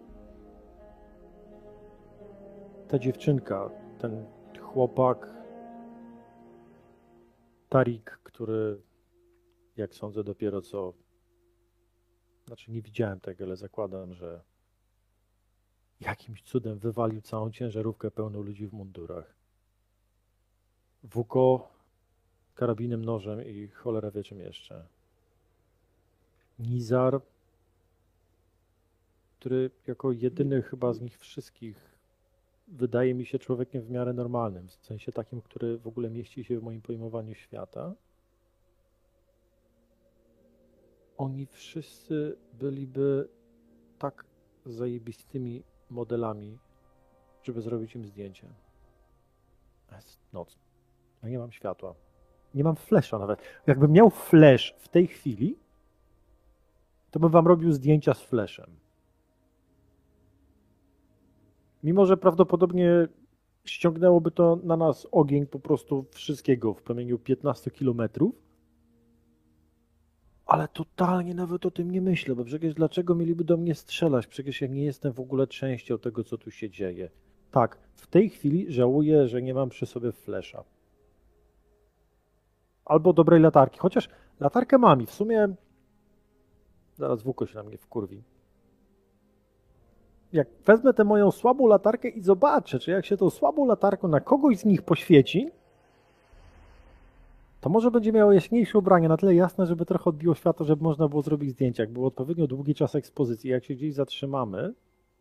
Ta dziewczynka, ten chłopak, Tarik, który, jak sądzę, dopiero co, znaczy nie widziałem tego, ale zakładam, że jakimś cudem wywalił całą ciężarówkę pełną ludzi w mundurach. Wuko karabinem, nożem i cholera wie czym jeszcze. Nizar, który jako jedyny chyba z nich wszystkich wydaje mi się człowiekiem w miarę normalnym, w sensie takim, który w ogóle mieści się w moim pojmowaniu świata. Oni wszyscy byliby tak zajebistymi modelami, żeby zrobić im zdjęcie. Jest noc. Ja nie mam światła. Nie mam flesza nawet. Jakbym miał flash w tej chwili, to bym wam robił zdjęcia z fleszem. Mimo że prawdopodobnie ściągnęłoby to na nas ogień po prostu wszystkiego w promieniu piętnastu kilometrów, ale totalnie nawet o tym nie myślę, bo przecież dlaczego mieliby do mnie strzelać? Przecież ja nie jestem w ogóle częścią tego, co tu się dzieje. Tak, w tej chwili żałuję, że nie mam przy sobie flesza. Albo dobrej latarki, chociaż latarkę mam i w sumie zaraz Wuko się na mnie wkurwi. Jak wezmę tę moją słabą latarkę i zobaczę, czy jak się tą słabą latarką na kogoś z nich poświeci, to może będzie miało jaśniejsze ubranie, na tyle jasne, żeby trochę odbiło światło, żeby można było zrobić zdjęcia. Jak był odpowiednio długi czas ekspozycji, jak się gdzieś zatrzymamy,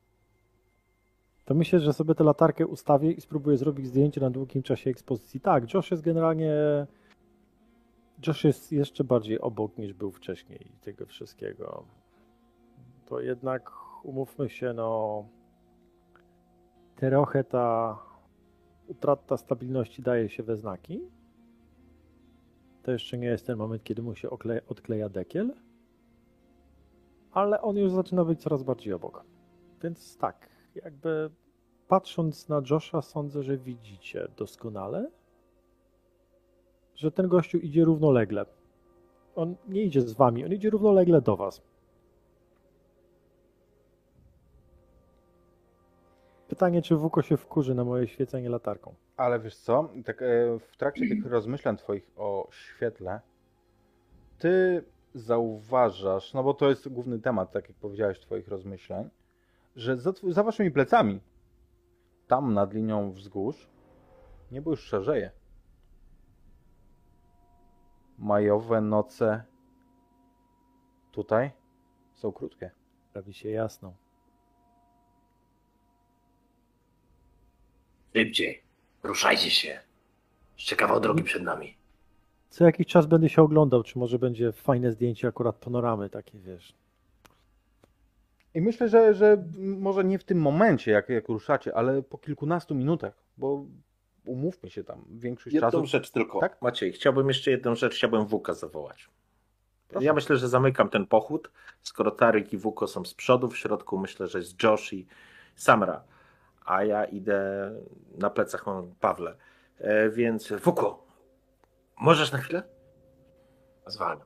to myślę, że sobie tę latarkę ustawię i spróbuję zrobić zdjęcie na długim czasie ekspozycji. Tak, Josh jest generalnie... Josh jest jeszcze bardziej obok niż był wcześniej tego wszystkiego. To jednak, umówmy się, no... Trochę ta utrata stabilności daje się we znaki. To jeszcze nie jest ten moment, kiedy mu się okleja, odkleja dekiel, ale on już zaczyna być coraz bardziej obok. Więc tak, jakby patrząc na Josha, sądzę, że widzicie doskonale, że ten gościu idzie równolegle. On nie idzie z wami, on idzie równolegle do was. Pytanie, czy Wuko się wkurzy na moje świecenie latarką. Ale wiesz co, tak e, w trakcie tych rozmyślań twoich o świetle, ty zauważasz, no bo to jest główny temat, tak jak powiedziałeś, twoich rozmyślań, że za, tw- za waszymi plecami, tam nad linią wzgórz, niebo już szarzeje. Majowe noce tutaj są krótkie. Prawi się jasno. Szybciej. Ruszajcie się. Jeszcze kawał drogi przed nami. Co jakiś czas będę się oglądał, czy może będzie fajne zdjęcie akurat panoramy takie, wiesz. I myślę, że, że może nie w tym momencie, jak, jak ruszacie, ale po kilkunastu minutach, bo umówmy się tam, większość Jedną czasu... rzecz tylko. Tak? Maciej, chciałbym jeszcze jedną rzecz, chciałbym Wuka zawołać. Proszę. Ja myślę, że zamykam ten pochód. Skoro Taryk i Wuko są z przodu, w środku myślę, że jest Josh i Samra. A ja idę, na plecach mam Pawle. E, więc Wuko, możesz na chwilę? Zwalniam.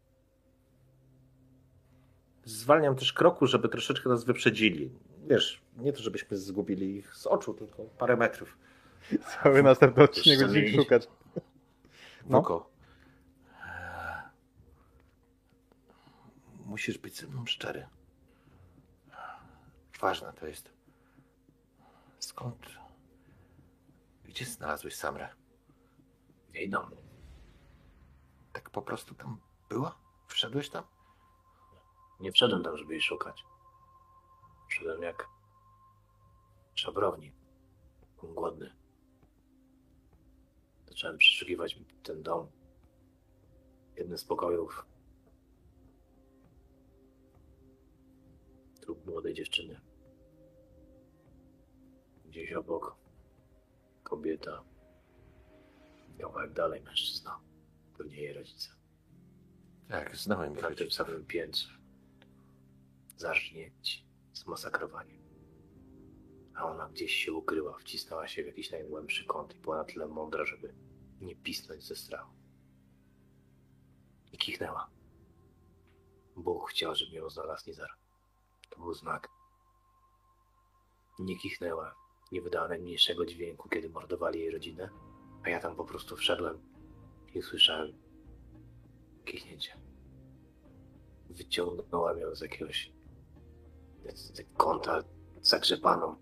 Zwalniam też kroku, żeby troszeczkę nas wyprzedzili. Wiesz, nie to, żebyśmy zgubili ich z oczu, tylko parę metrów. Cały następny odcinek Jeszcze będziemy ich mniej. szukać. No. Wuko, e, musisz być ze mną szczery. Ważne to jest. Skąd? Gdzie znalazłeś Samrę? W jej domu. Tak po prostu tam była? Wszedłeś tam? Nie wszedłem tam, żeby jej szukać. Wszedłem jak szabrownik. Byłem głodny. Zacząłem przeszukiwać ten dom. Jeden z pokojów. Trup młodej dziewczyny. Gdzieś obok kobieta. Kawałek dalej mężczyzna. Pewnie jej rodzice. Tak, znałem ich. Na tym samym piętrze. Zażnięci, zmasakrowani. A ona gdzieś się ukryła, wcisnęła się w jakiś najgłębszy kąt i była na tyle mądra, żeby nie pisnąć ze strachu. I kichnęła. Bóg chciał, żeby ją znalazł Nizar. To był znak. Nie kichnęła, nie wydała najmniejszego dźwięku, kiedy mordowali jej rodzinę, a ja tam po prostu wszedłem i usłyszałem kichnięcie. Wyciągnąłem ją z jakiegoś z kąta zagrzebaną.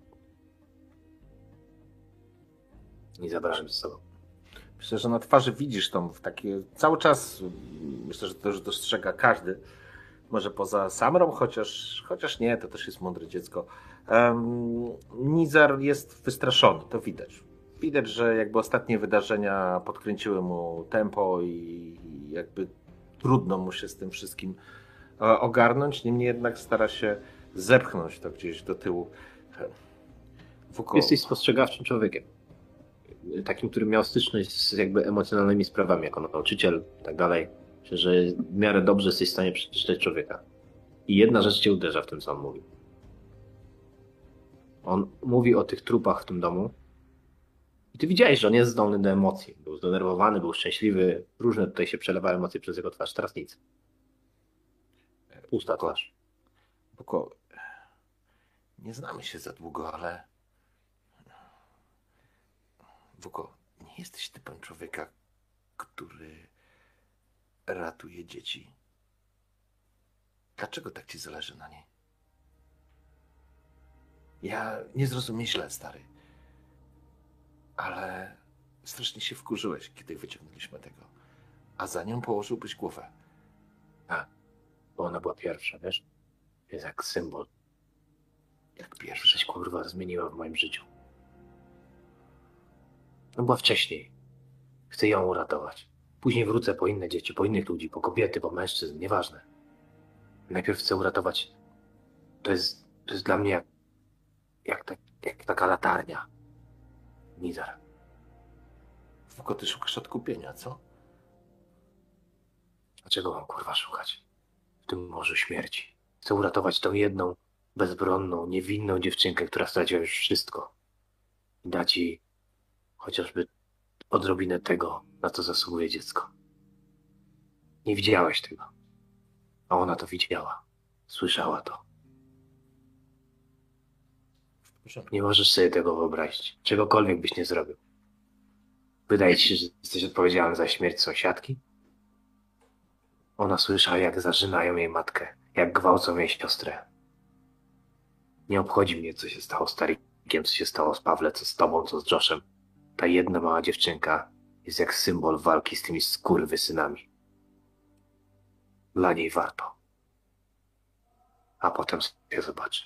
Nie zabrałem ze sobą. Myślę, że na twarzy widzisz tą w takie cały czas, myślę, że to już dostrzega każdy. Może poza Samrą, chociaż, chociaż nie, to też jest mądre dziecko. Um, Nizar jest wystraszony, to widać. Widać, że jakby ostatnie wydarzenia podkręciły mu tempo i jakby trudno mu się z tym wszystkim e, ogarnąć. Niemniej jednak stara się zepchnąć to gdzieś do tyłu. Wuko... Jesteś spostrzegawczym człowiekiem. Takim, który miał styczność z jakby emocjonalnymi sprawami, jako nauczyciel i tak dalej. Myślę, że w miarę dobrze jesteś w stanie przeczytać człowieka. I jedna rzecz cię uderza w tym, co on mówi. On mówi o tych trupach w tym domu. I ty widziałeś, że on jest zdolny do emocji. Był zdenerwowany, był szczęśliwy. Różne tutaj się przelewały emocje przez jego twarz. Teraz nic. Pusta twarz. Wuko, nie znamy się za długo, ale... Wuko, nie jesteś typem człowieka, który ratuje dzieci. Dlaczego tak ci zależy na niej? Ja nie zrozumiem źle, stary. Ale strasznie się wkurzyłeś, kiedy wyciągnęliśmy tego. A za nią położyłbyś głowę. Tak, bo ona była pierwsza, wiesz? Jest jak symbol. Jak pierwszy. Coś kurwa zmieniła w moim życiu. No była wcześniej. Chcę ją uratować. Później wrócę po inne dzieci, po innych ludzi, po kobiety, po mężczyzn, nieważne. Najpierw chcę uratować. To jest, to jest dla mnie jak, jak, tak, jak taka latarnia. Nizar. Wuko, ty szukasz odkupienia, co? Dlaczego mam kurwa szukać? W tym morzu śmierci. Chcę uratować tą jedną, bezbronną, niewinną dziewczynkę, która straciła już wszystko. I dać jej chociażby odrobinę tego, na co zasługuje dziecko. Nie widziałeś tego. A ona to widziała. Słyszała to. Nie możesz sobie tego wyobrazić. Czegokolwiek byś nie zrobił. Wydaje ci się, że jesteś odpowiedzialny za śmierć sąsiadki? Ona słyszała, jak zażynają jej matkę, jak gwałcą jej siostrę. Nie obchodzi mnie, co się stało z Tarikiem, co się stało z Pawle, co z tobą, co z Joshem. Ta jedna mała dziewczynka jest jak symbol walki z tymi skurwysynami. Dla niej warto. A potem się zobaczy.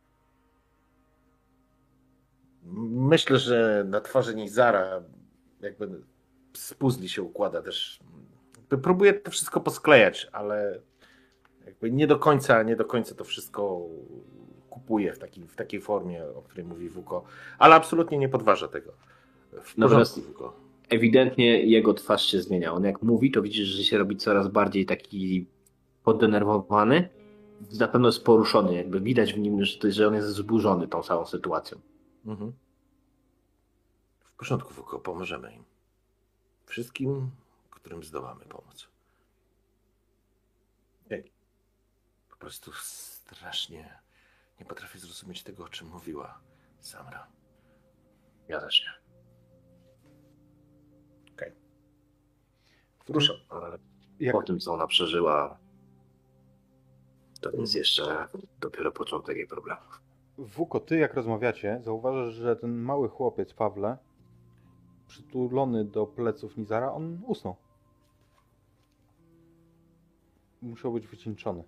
Myślę, że na twarzy Nizara jakby z puzli się układa też. Jakby próbuje to wszystko posklejać, ale jakby nie do końca, nie do końca to wszystko kupuje w, taki, w takiej formie, o której mówi Wuko, ale absolutnie nie podważa tego. W Natomiast porządku, Wuko. ewidentnie jego twarz się zmienia. On jak mówi, to widzisz, że się robi coraz bardziej taki poddenerwowany. Na pewno jest poruszony, jakby widać w nim, że, że on jest zburzony tą całą sytuacją. Mhm. W porządku, Wuko, pomożemy im. Wszystkim, którym zdołamy pomóc. Ej, po prostu strasznie nie potrafię zrozumieć tego, o czym mówiła Samra. Ja też nie. Okej. Ruszam. Ale Jak, po tym, co ona przeżyła, to jest jeszcze dopiero początek jej problemów. Wuko, ty jak rozmawiacie, zauważasz, że ten mały chłopiec, Pawle, przytulony do pleców Nizara, on usnął. Musiał być wycieńczony.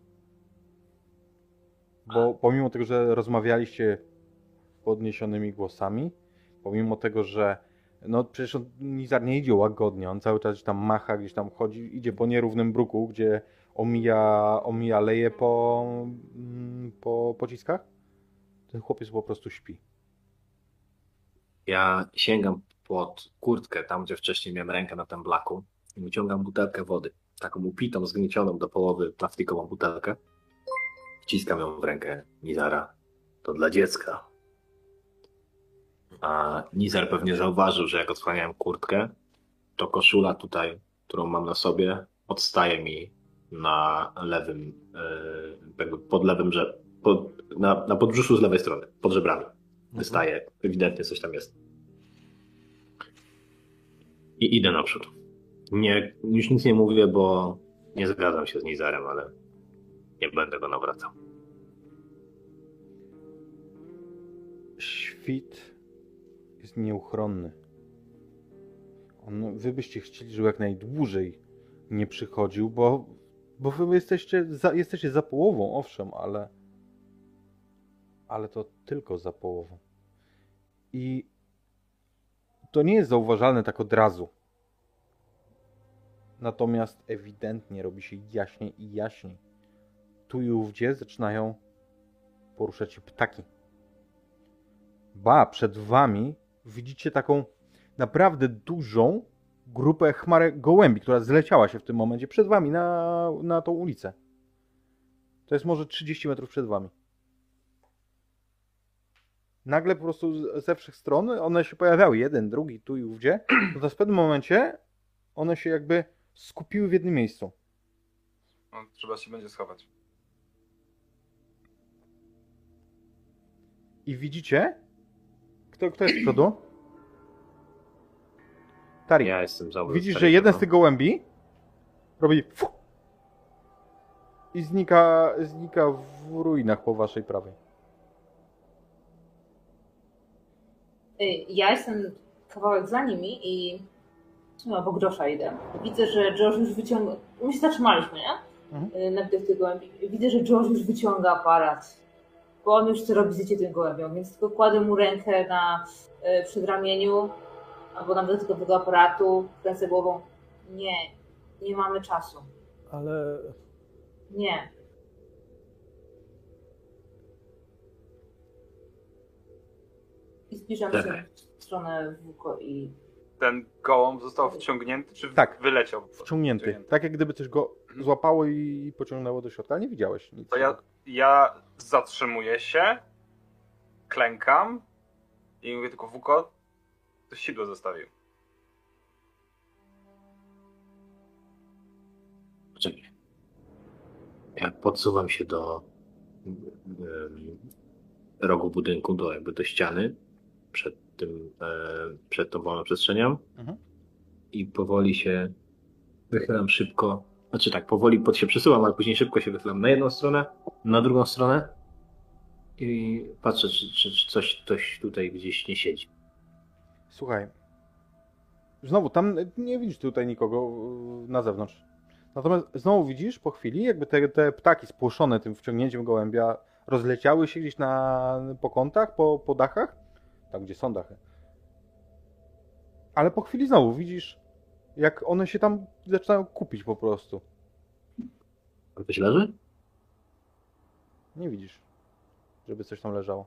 Bo pomimo tego, że rozmawialiście podniesionymi głosami, pomimo tego, że no przecież on, Nizar nie idzie łagodnie, on cały czas tam macha, gdzieś tam chodzi, idzie po nierównym bruku, gdzie omija, omija leje po, mm, po pociskach. Ten chłopiec po prostu śpi. Ja sięgam pod kurtkę, tam gdzie wcześniej miałem rękę na tym blaku i wyciągam butelkę wody. Taką upitą, zgniecioną do połowy plastikową butelkę. Wciskam ją w rękę Nizara. To dla dziecka. A Nizar pewnie zauważył, że jak odsłaniałem kurtkę, to koszula tutaj, którą mam na sobie, odstaje mi na lewym, jakby pod lewym, że pod, na, na podbrzuszu z lewej strony, pod żebrami. Wystaje, ewidentnie coś tam jest. I idę naprzód. Nie, już nic nie mówię, bo nie zgadzam się z Nizarem, ale nie będę go nawracał. świt jest nieuchronny. On, wy byście chcieli, żeby jak najdłużej nie przychodził, bo, bo wy jesteście za, jesteście za połową, owszem, ale ale to tylko za połową. I to nie jest zauważalne tak od razu. Natomiast ewidentnie robi się jaśniej i jaśniej. Tu i ówdzie zaczynają poruszać się ptaki. Ba, przed wami widzicie taką naprawdę dużą grupę chmarek gołębi, która zleciała się w tym momencie przed wami na, na tą ulicę. To jest może trzydzieści metrów przed wami. Nagle po prostu ze wszech stron one się pojawiały, jeden, drugi, tu i ówdzie, no to w pewnym momencie one się jakby skupiły w jednym miejscu. No, trzeba się będzie schować. I widzicie? Kto, kto jest z przodu? Tarik. Ja jestem za Widzisz, że Tarikiem, jeden no. z tych gołębi robi fu i znika, znika w ruinach po waszej prawej. Y, Ja jestem kawałek za nimi i w sumie obok Josha idę. Widzę, że Josh już wyciąga... My się zatrzymaliśmy, nie? Mhm. Y, Na widok tych gołębi. Widzę, że Josh już wyciąga aparat. Bo on już chce robić zdjęcie tym gołębiom, więc tylko kładę mu rękę na y, przedramieniu albo na dotyk tego aparatu, kręcę głową. Nie, nie mamy czasu. Ale Nie. I zbliżam się Czekaj. w stronę Wuko i... Ten gołąb został wciągnięty, czy Tak. wyleciał? po prostu? Wciągnięty. Wciągnięty. Tak jak gdyby coś go złapało i pociągnęło do środka, ale nie widziałeś nic. To ja, ja zatrzymuję się, klękam i mówię tylko, Wuko, to sidło zostawił. Poczekaj. Ja podsuwam się do em, rogu budynku, do jakby do ściany przed tym, e, przed tą wolną przestrzenią Mhm. i powoli się wychylam szybko. Znaczy tak, powoli pod się przesuwam, ale później szybko się wychylam na jedną stronę, na drugą stronę i patrzę, czy, czy, czy coś, coś tutaj gdzieś nie siedzi. Słuchaj. Znowu, tam nie widzisz tutaj nikogo yy, na zewnątrz. Natomiast znowu widzisz po chwili, jakby te, te ptaki spłoszone tym wciągnięciem gołębia rozleciały się gdzieś na, po kątach, po, po dachach. Tam, gdzie są dachy. Ale po chwili znowu widzisz, jak one się tam zaczynają kupić po prostu. Tam ktoś leży? Nie widzisz, żeby coś tam leżało.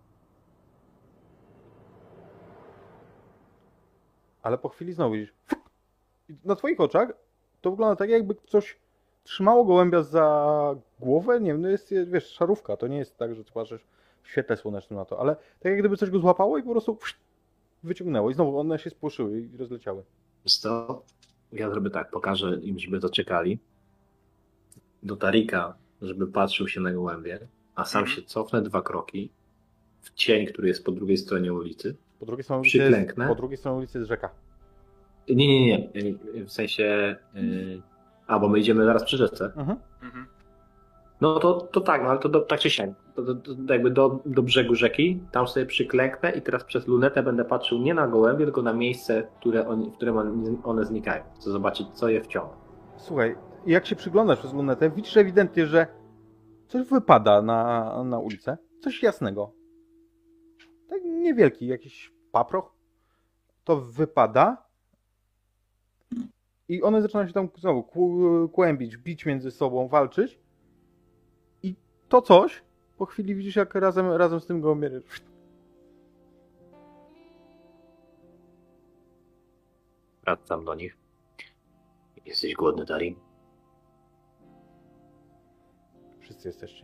Ale po chwili znowu widzisz. I na twoich oczach to wygląda tak, jakby coś trzymało gołębia za głowę. Nie wiem, no jest, wiesz, szarówka. To nie jest tak, że ty patrzysz w świetle słonecznym na to, ale tak jak gdyby coś go złapało i po prostu wyciągnęło. I znowu one się spłoszyły i rozleciały. Wiesz co? Ja zrobię tak, pokażę im, żeby to czekali. Do Tarika, żeby patrzył się na gołębie, a sam się cofnę dwa kroki w cień, który jest po drugiej stronie ulicy. Po drugiej stronie ulicy jest, Przyklęknę. po drugiej stronie ulicy jest rzeka. Nie, nie, nie. W sensie... Yy... A, bo my idziemy zaraz przy rzece. Mhm. Mhm. No to, to tak, no ale to do, tak czy siak. To, to, to jakby do, do brzegu rzeki, tam sobie przyklęknę i teraz przez lunetę będę patrzył nie na gołębie, tylko na miejsce, które on, w którym on, one znikają. Chcę zobaczyć, co je wciąga. Słuchaj, jak się przyglądasz przez lunetę, widzisz ewidentnie, że coś wypada na, na ulicę. Coś jasnego. Tak niewielki, jakiś paproch. To wypada. I one zaczynają się tam znowu kłu- kłębić, bić między sobą, walczyć. I to coś po chwili widzisz, jak razem, razem z tym gołębiem Wracam do nich. Jesteś głodny, Tarik? wszyscy jesteście.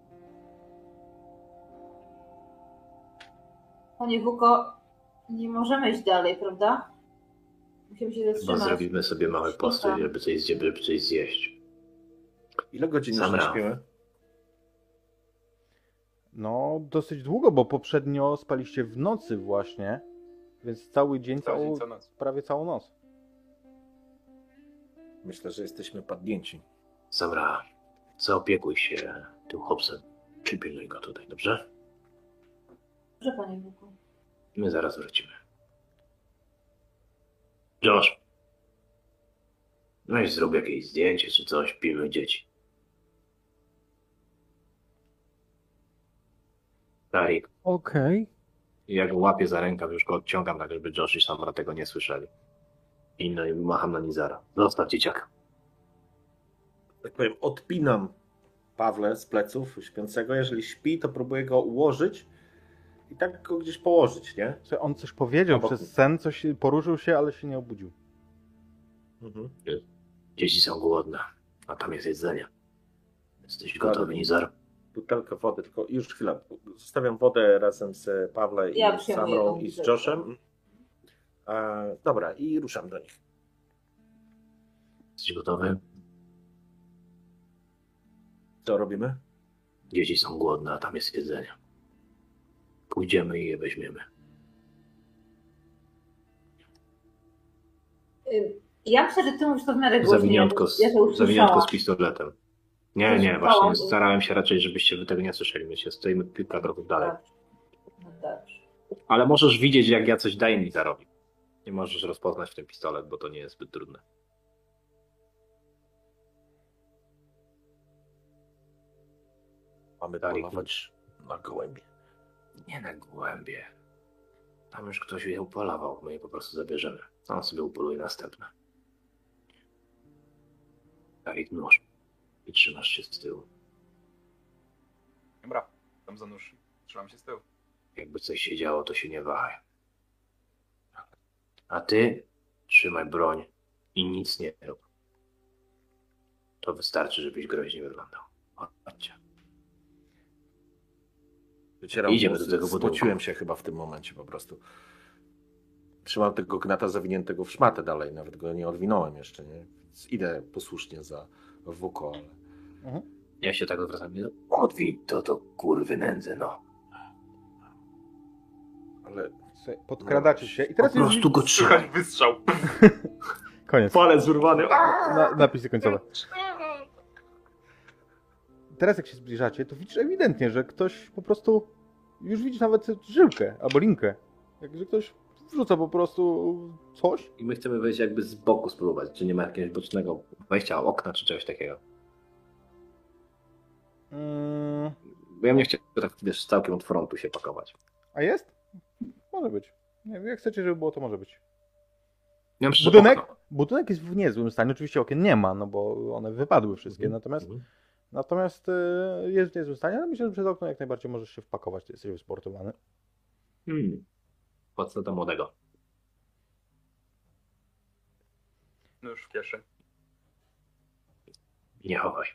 Panie Wuko, nie możemy iść dalej, prawda? Musimy się Chyba zatrzymać. zrobimy sobie mały postój, Świta. żeby coś, żeby coś zjeść. Ile godzin już Sam nie raz. śpimy? No, dosyć długo, bo poprzednio spaliście w nocy właśnie. Więc cały dzień, Cały dzień, całą, całą noc. prawie całą noc. Myślę, że jesteśmy padnięci. Dobra, zaopiekuj się tym chłopcem. Przypilnuj go tutaj, dobrze? Dobrze, panie Wuku. My zaraz wrócimy. Josh. Weź zrób jakieś zdjęcie czy coś, pilnuj dzieci. Tarik, Okej. Jak go łapię za rękaw, już go odciągam, tak żeby Josh i Samra tego nie słyszeli. I no i macham na Nizara. Zostaw dzieciaka. Tak powiem, odpinam Pawle z pleców śpiącego. Jeżeli śpi, to próbuję go ułożyć i tak go gdzieś położyć, nie? Słuchaj, on coś powiedział Obok- przez sen, coś poruszył się, ale się nie obudził. Mhm. dzieci są głodne, a tam jest jedzenie. Jesteś Dobra. gotowy, Nizar? Butelkę wody, tylko już chwilę. Zostawiam wodę razem z Pawłem Ja i z przyjmuję Samrą tą i z butelkę. Joshem. E, dobra, i ruszam do nich. Jesteś gotowy? Co robimy? Dzieci są głodne, a tam jest jedzenie. Pójdziemy i je weźmiemy. Ym, Ja myślę, że ty mówisz to w miarę głośno. Zawiniątko z, Ja to już zawiniątko z słyszałam. pistoletem. Nie, Coś nie, słyszałam, właśnie bo- starałem się raczej, żebyście wy tego nie słyszeli. My się stoimy kilka kroków dalej. Dobrze. No dobrze. Ale możesz widzieć, jak ja coś daję Nizarowi. Nie możesz rozpoznać w tym pistolet, bo to nie jest zbyt trudne. Mamy Tarik, polować na gołębie. Nie na głębie. Tam już ktoś je upolował, my je po prostu zabierzemy. A on sobie upoluje następne. Tarik, nóż. I trzymasz się z tyłu. Dobra, tam za nóż. Trzymam się z tyłu. Jakby coś się działo, to się nie wahaj. A ty trzymaj broń i nic nie rób. To wystarczy, żebyś groźnie wyglądał. Chodźcie. Wycieram Idziemy włosy. do tego budynku. Spociłem się chyba w tym momencie po prostu. Trzymam tego gnata zawiniętego w szmatę dalej, nawet go nie odwinąłem jeszcze, nie? Więc idę posłusznie za Wuko, ale... Mhm. Ja się tak odwracam. nie- Odwij to, to kurwy nędzę, no. ale... Słuchaj, podkradacie się i Po teraz już prostu go trzymaj. Słychać wystrzał. koniec. Palec urwany. Na, napisy końcowe. Teraz jak się zbliżacie, to widzisz ewidentnie, że ktoś po prostu, już widzisz nawet żyłkę albo linkę. Jak, że ktoś wrzuca po prostu coś. I my chcemy wejść jakby z boku spróbować, czy nie ma jakiegoś bocznego wejścia, okna, czy czegoś takiego. Mm, Bo ja nie chciałem tak, wiesz, całkiem od frontu się pakować. a jest? Może być. Nie wiem, jak chcecie, żeby było, to może być. Ja myślę, że Budynek, okno. budynek jest w niezłym stanie. Oczywiście okien nie ma, no bo one wypadły wszystkie. Natomiast, Mhm. natomiast y, jest w niezłym stanie, ale myślę, że przez okno jak najbardziej możesz się wpakować. Ty jesteś wysportowany. Hmm. Płacę do młodego. Nóż w kieszeni. Nie chowaj.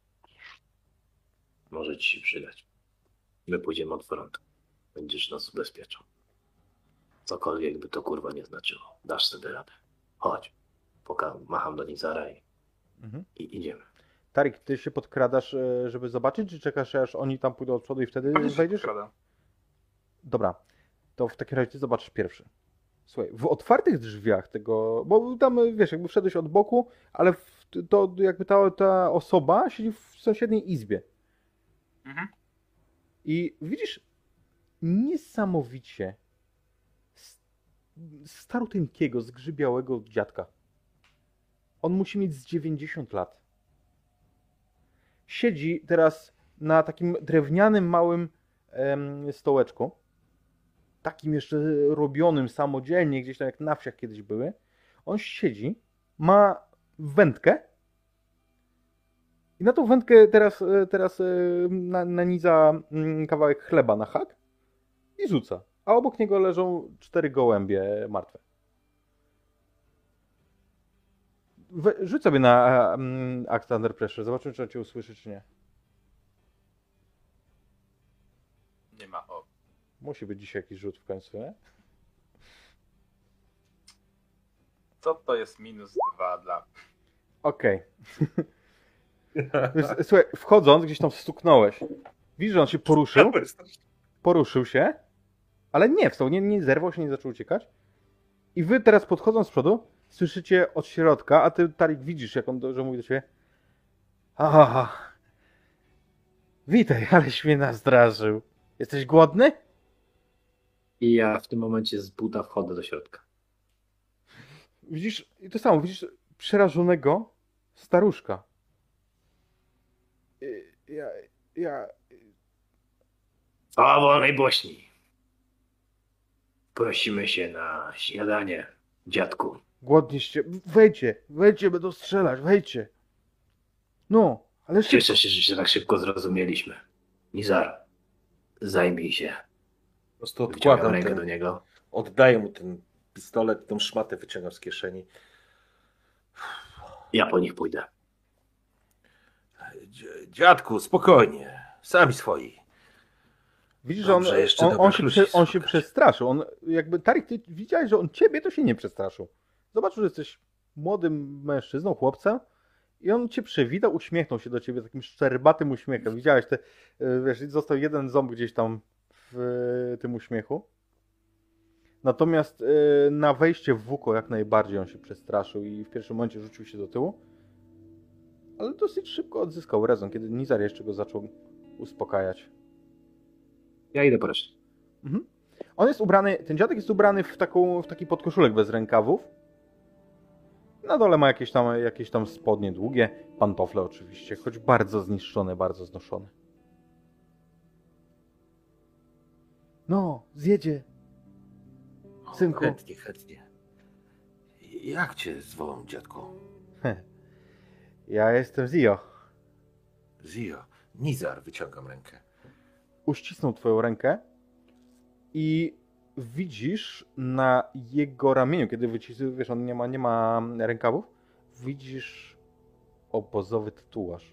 Może ci się przydać. My pójdziemy od frontu. Będziesz nas ubezpieczał. Cokolwiek by to kurwa nie znaczyło. Dasz sobie radę. Chodź. Poka macham do Nizara i, Mhm. i idziemy. Tarik, ty się podkradasz, y, żeby zobaczyć, czy czekasz, aż oni tam pójdą od przodu i wtedy Pewnie się wejdziesz? podkrada. Dobra, to w takim razie ty zobaczysz pierwszy. Słuchaj, w otwartych drzwiach tego, bo tam, wiesz, jakby wszedłeś od boku, ale w, to jakby ta, ta osoba siedzi w sąsiedniej izbie. Mhm. I widzisz niesamowicie s- staruteńkiego, zgrzybiałego dziadka. On musi mieć z dziewięćdziesiąt lat. Siedzi teraz na takim drewnianym, małym em, stołeczku. Takim jeszcze robionym samodzielnie, gdzieś tam jak na wsiach kiedyś były. On siedzi, ma wędkę i na tą wędkę teraz, e, teraz e, na- naniza mm, kawałek chleba na hak i rzuca. A obok niego leżą cztery gołębie martwe. We, rzuć sobie na um, Act Under Pressure. Zobaczymy, czy on cię usłyszy, czy nie. Nie ma o. Musi być dzisiaj jakiś rzut w końcu, nie? Co to jest minus dwa dla... Okej. Wiesz, słuchaj, wchodząc, gdzieś tam stuknąłeś. Widzisz, że on się poruszył. Poruszył się, ale nie wstał, nie, nie zerwał się, nie zaczął uciekać. I wy teraz podchodząc z przodu, słyszycie od środka, a ty, Tarik, widzisz, jak on do, że mówi do ciebie. Aha. Witaj, aleś mnie nazdrażył. Jesteś głodny? I ja w tym momencie z buta wchodzę do środka. Widzisz, i to samo, widzisz przerażonego staruszka. Y, Ja, ja, O wolnej Bośni. Prosimy się na śniadanie, dziadku. głodnieście, wejdźcie, wejdźcie, będą strzelać, wejdźcie. No, ale szybko. Cieszę się, że się tak szybko zrozumieliśmy. Nizar, zajmij się. Po prostu Wyciągam odkładam rękę ten, do niego. oddaję mu ten pistolet, tą szmatę wyciągam z kieszeni. Ja po nich pójdę. Dzi- Dziadku, spokojnie. Sami swoi. Widzisz, że on, Dobrze, jeszcze on, on, dobrych się, ludzi prze, on się spotkać. przestraszył. On jakby, Tarik, ty widziałeś, że on ciebie to się nie przestraszył. Zobaczył, że jesteś młodym mężczyzną, chłopcem i on cię przywitał, uśmiechnął się do ciebie takim szczerbatym uśmiechem. Widziałeś, te, y, wiesz, został jeden ząb gdzieś tam w y, tym uśmiechu. Natomiast y, na wejście w Wuko jak najbardziej on się przestraszył i w pierwszym momencie rzucił się do tyłu. Ale dosyć szybko odzyskał rezon, kiedy Nizar jeszcze go zaczął uspokajać. Ja idę po resztę. Mhm. On jest ubrany, ten dziadek jest ubrany w, taką, w taki podkoszulek bez rękawów. Na dole ma jakieś tam, jakieś tam spodnie długie, pantofle oczywiście, choć bardzo zniszczone, bardzo znoszone. No, zjedzie. Synku. Chętnie, chętnie. Jak cię zwą, dziadku? Ja jestem Zio. Zio. Nizar, wyciągam rękę. Uścisnął twoją rękę i widzisz na jego ramieniu, kiedy wycisnął, wiesz, on nie ma, nie ma rękawów, widzisz obozowy tatuaż.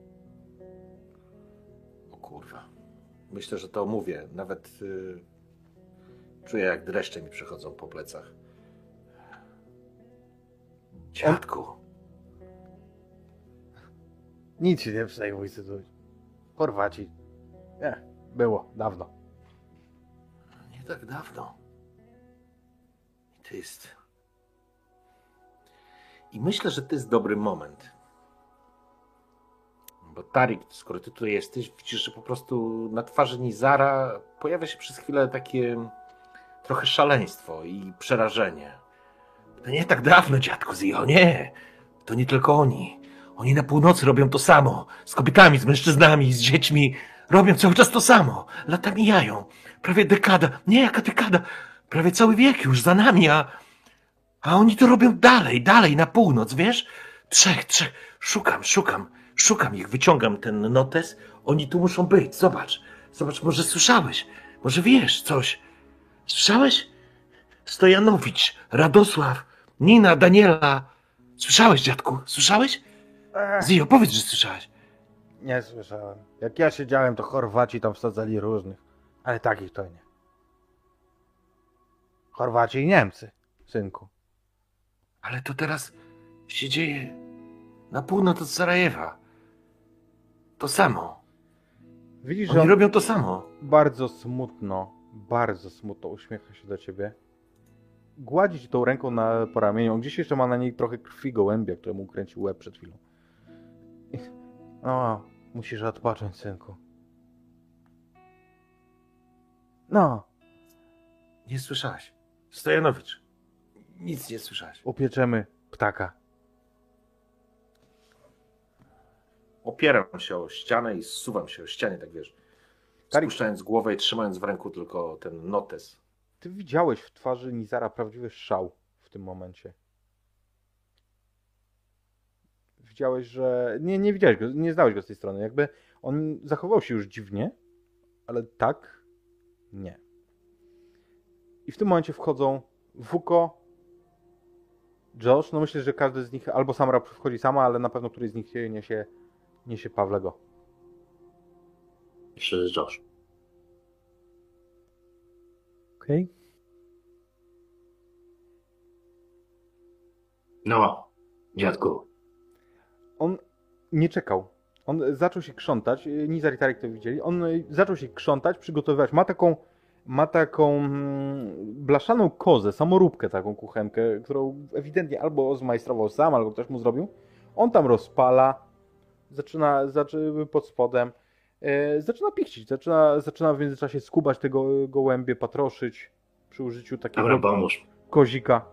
O kurwa. Myślę, że to mówię. Nawet y, czuję, jak dreszcze mi przechodzą po plecach. Dziadku. Nic się nie przejmuj, sytuacji. Chorwaci. Nie, było, dawno. Nie tak dawno. I to jest... I myślę, że to jest dobry moment. Bo Tarik, skoro ty tu jesteś, widzisz, że po prostu na twarzy Nizara pojawia się przez chwilę takie trochę szaleństwo i przerażenie. To nie tak dawno, dziadku Zio, nie. To nie tylko oni. Oni na północy robią to samo. Z kobietami, z mężczyznami, z dziećmi. Robią cały czas to samo. Lata mijają. Prawie dekada. Nie, jaka dekada. Prawie cały wiek już za nami, a... A oni to robią dalej, dalej, na północ, wiesz? Trzech, trzech. Szukam, szukam. Szukam ich, wyciągam ten notes. Oni tu muszą być. Zobacz. Zobacz, może słyszałeś. Może wiesz coś. Słyszałeś? Stojanowicz, Radosław, Nina, Daniela. Słyszałeś, dziadku? Słyszałeś? Ech, Zio, powiedz, że słyszałeś. nie słyszałem. Jak ja siedziałem, to Chorwaci tam wsadzali różnych. Ale takich to nie. Chorwaci i Niemcy, synku. Ale to teraz się dzieje na północ od Sarajewa. To samo. Widzisz, że Oni on robią to samo. bardzo smutno, bardzo smutno uśmiecha się do ciebie. Gładzi ci tą ręką na, po ramieniu. On gdzieś jeszcze ma na niej trochę krwi gołębia, któremu kręcił łeb przed chwilą. I... No, musisz odpocząć, synku. No, Nie słyszałeś. Stojanowicz. Nic nie słyszałeś. upieczemy ptaka. Opieram się o ścianę i zsuwam się o ścianie, tak wiesz. Tarik- Spuszczając głowę i trzymając w ręku tylko ten notes. Ty widziałeś w twarzy Nizara prawdziwy szał w tym momencie. Widziałeś, że... Nie, nie widziałeś go, nie znałeś go z tej strony. Jakby on zachował się już dziwnie, ale tak nie. I w tym momencie wchodzą Wuko, Josh. No myślę, że każdy z nich, albo Samra wchodzi sama, ale na pewno któryś z nich niesie, niesie Pawlego. Jeszcze jest Josh. Okej. No, dziadku. On nie czekał. On zaczął się krzątać. Nizar i Tarik to widzieli. On zaczął się krzątać, przygotowywać. Ma taką, ma taką mm, blaszaną kozę, samoróbkę taką kuchenkę, którą ewidentnie albo zmajstrował sam, albo ktoś mu zrobił. On tam rozpala. Zaczyna, zaczyna pod spodem. E, zaczyna pichcić, zaczyna, zaczyna w międzyczasie skubać te go, gołębie, patroszyć przy użyciu takiego Dobra, pomóż. kozika.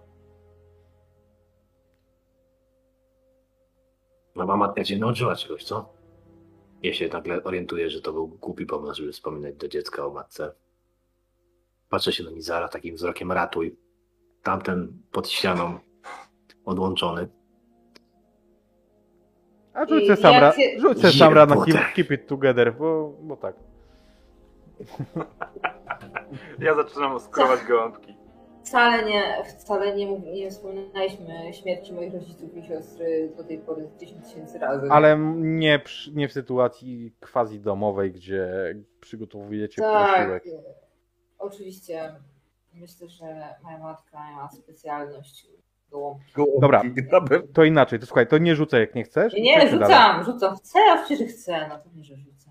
Mama matka cię nauczyła czegoś, co? Ja się nagle orientuję, że to był głupi pomysł, żeby wspominać do dziecka o matce. Patrzę się na Nizara takim wzrokiem ratuj. Tamten pod ścianą odłączony. A I rzucę sam, jak ra, się- rzucę sam ra na keep, Jebutę. keep it together, bo, bo tak. Ja zaczynam oskurować gołąbki. Wcale nie, wcale nie, mów- nie wspominaliśmy śmierci moich rodziców i siostry do tej pory dziesięć tysięcy razy. Ale nie, przy- nie w sytuacji quasi domowej, gdzie przygotowujecie tak, posiłek. oczywiście. Myślę, że moja matka miała specjalność gołąbki. Dobra. Dobra. To inaczej, to słuchaj, to nie rzucaj jak nie chcesz. Nie, Przejdźmy dalej. rzucam, rzucam. Chcę, a przecież chcę. No to nie, że rzucam.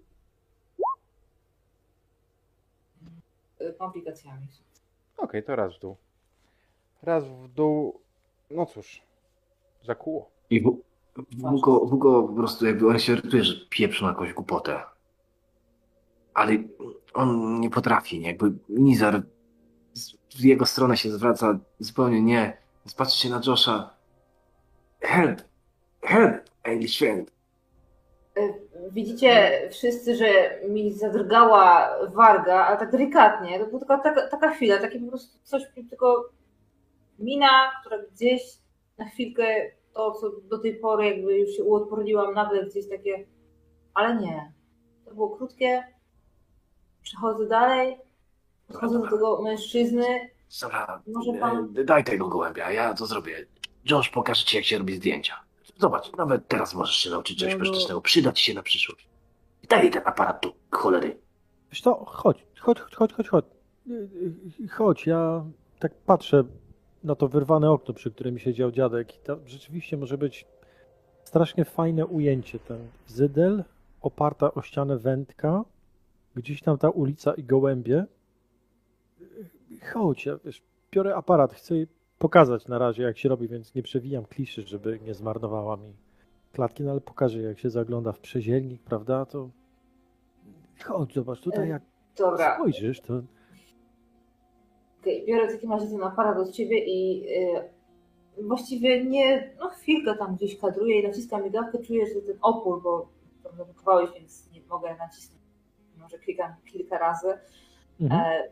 Y, Komplikacjami. Okej, to raz w dół. Raz w dół. No cóż, zakuło. I w- Wugo, Wugo po prostu jakby on się orientuje, że pieprzą jakąś głupotę. Ale on nie potrafi, nie? Jakby Nizar z, w jego stronę się zwraca zupełnie nie. Więc patrzy się na Josha. Help! Help! English friend! Y, Widzicie wszyscy, że mi zadrgała warga, ale tak delikatnie. To była tylko taka, taka chwila, takie po prostu coś, tylko mina, która gdzieś na chwilkę, to co do tej pory jakby już się uodporniłam, nagle gdzieś takie, ale nie. To było krótkie. Przechodzę dalej, podchodzę do tego mężczyzny. Dobra, Może pan- e, daj tego gołębia, ja to zrobię. Josh, pokażę ci, jak się robi zdjęcia. Zobacz, nawet teraz możesz się nauczyć czegoś No, no. praktycznego. Przyda ci się na przyszłość. Daj jej ten aparat tu, cholery. Wiesz to, chodź, chodź, chodź, chodź, chodź. Y, y, Chodź, ja tak patrzę na to wyrwane okno, przy którym siedział dziadek i to rzeczywiście może być strasznie fajne ujęcie. Ten zydel, oparta o ścianę wędka, gdzieś tam ta ulica i gołębie. Y, Chodź, ja wiesz, biorę aparat, chcę jej pokazać na razie, jak się robi, więc nie przewijam kliszy, żeby nie zmarnowała mi klatki, no ale pokażę, jak się zagląda w przezielnik, prawda, to chodź, zobacz, tutaj jak Dobra, spojrzysz, to okej, biorę w takim razie ten aparat od ciebie i y, właściwie nie, no chwilkę tam gdzieś kadruję i naciskam migawkę, czuję, że ten opór, bo to zablokowałeś, więc nie mogę nacisnąć. Może klikam kilka razy. mhm. E,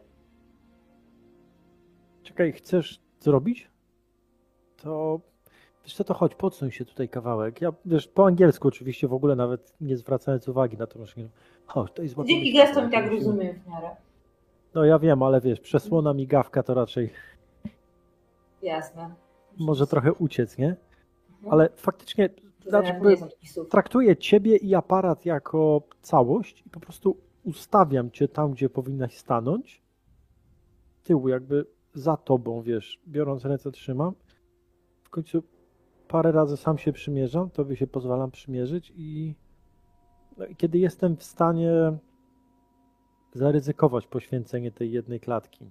Czekaj, chcesz zrobić? To wiesz co, to chodź, podsuń się tutaj kawałek. Ja, wiesz, po angielsku oczywiście w ogóle nawet nie zwracając uwagi na to, że nie- chodź, to jest dzięki gestom i tak rozumiem w miarę. No ja wiem, ale wiesz, przesłona migawka to raczej Jasne. może trochę uciec, nie? Mhm. Ale faktycznie Znaczy, znaczy, nie są taki super. traktuję ciebie i aparat jako całość i po prostu ustawiam cię tam, gdzie powinnaś stanąć. Tyłu jakby za tobą, wiesz, biorąc ręce trzymam. W końcu parę razy sam się przymierzam, tobie się pozwalam przymierzyć i, no i kiedy jestem w stanie zaryzykować poświęcenie tej jednej klatki.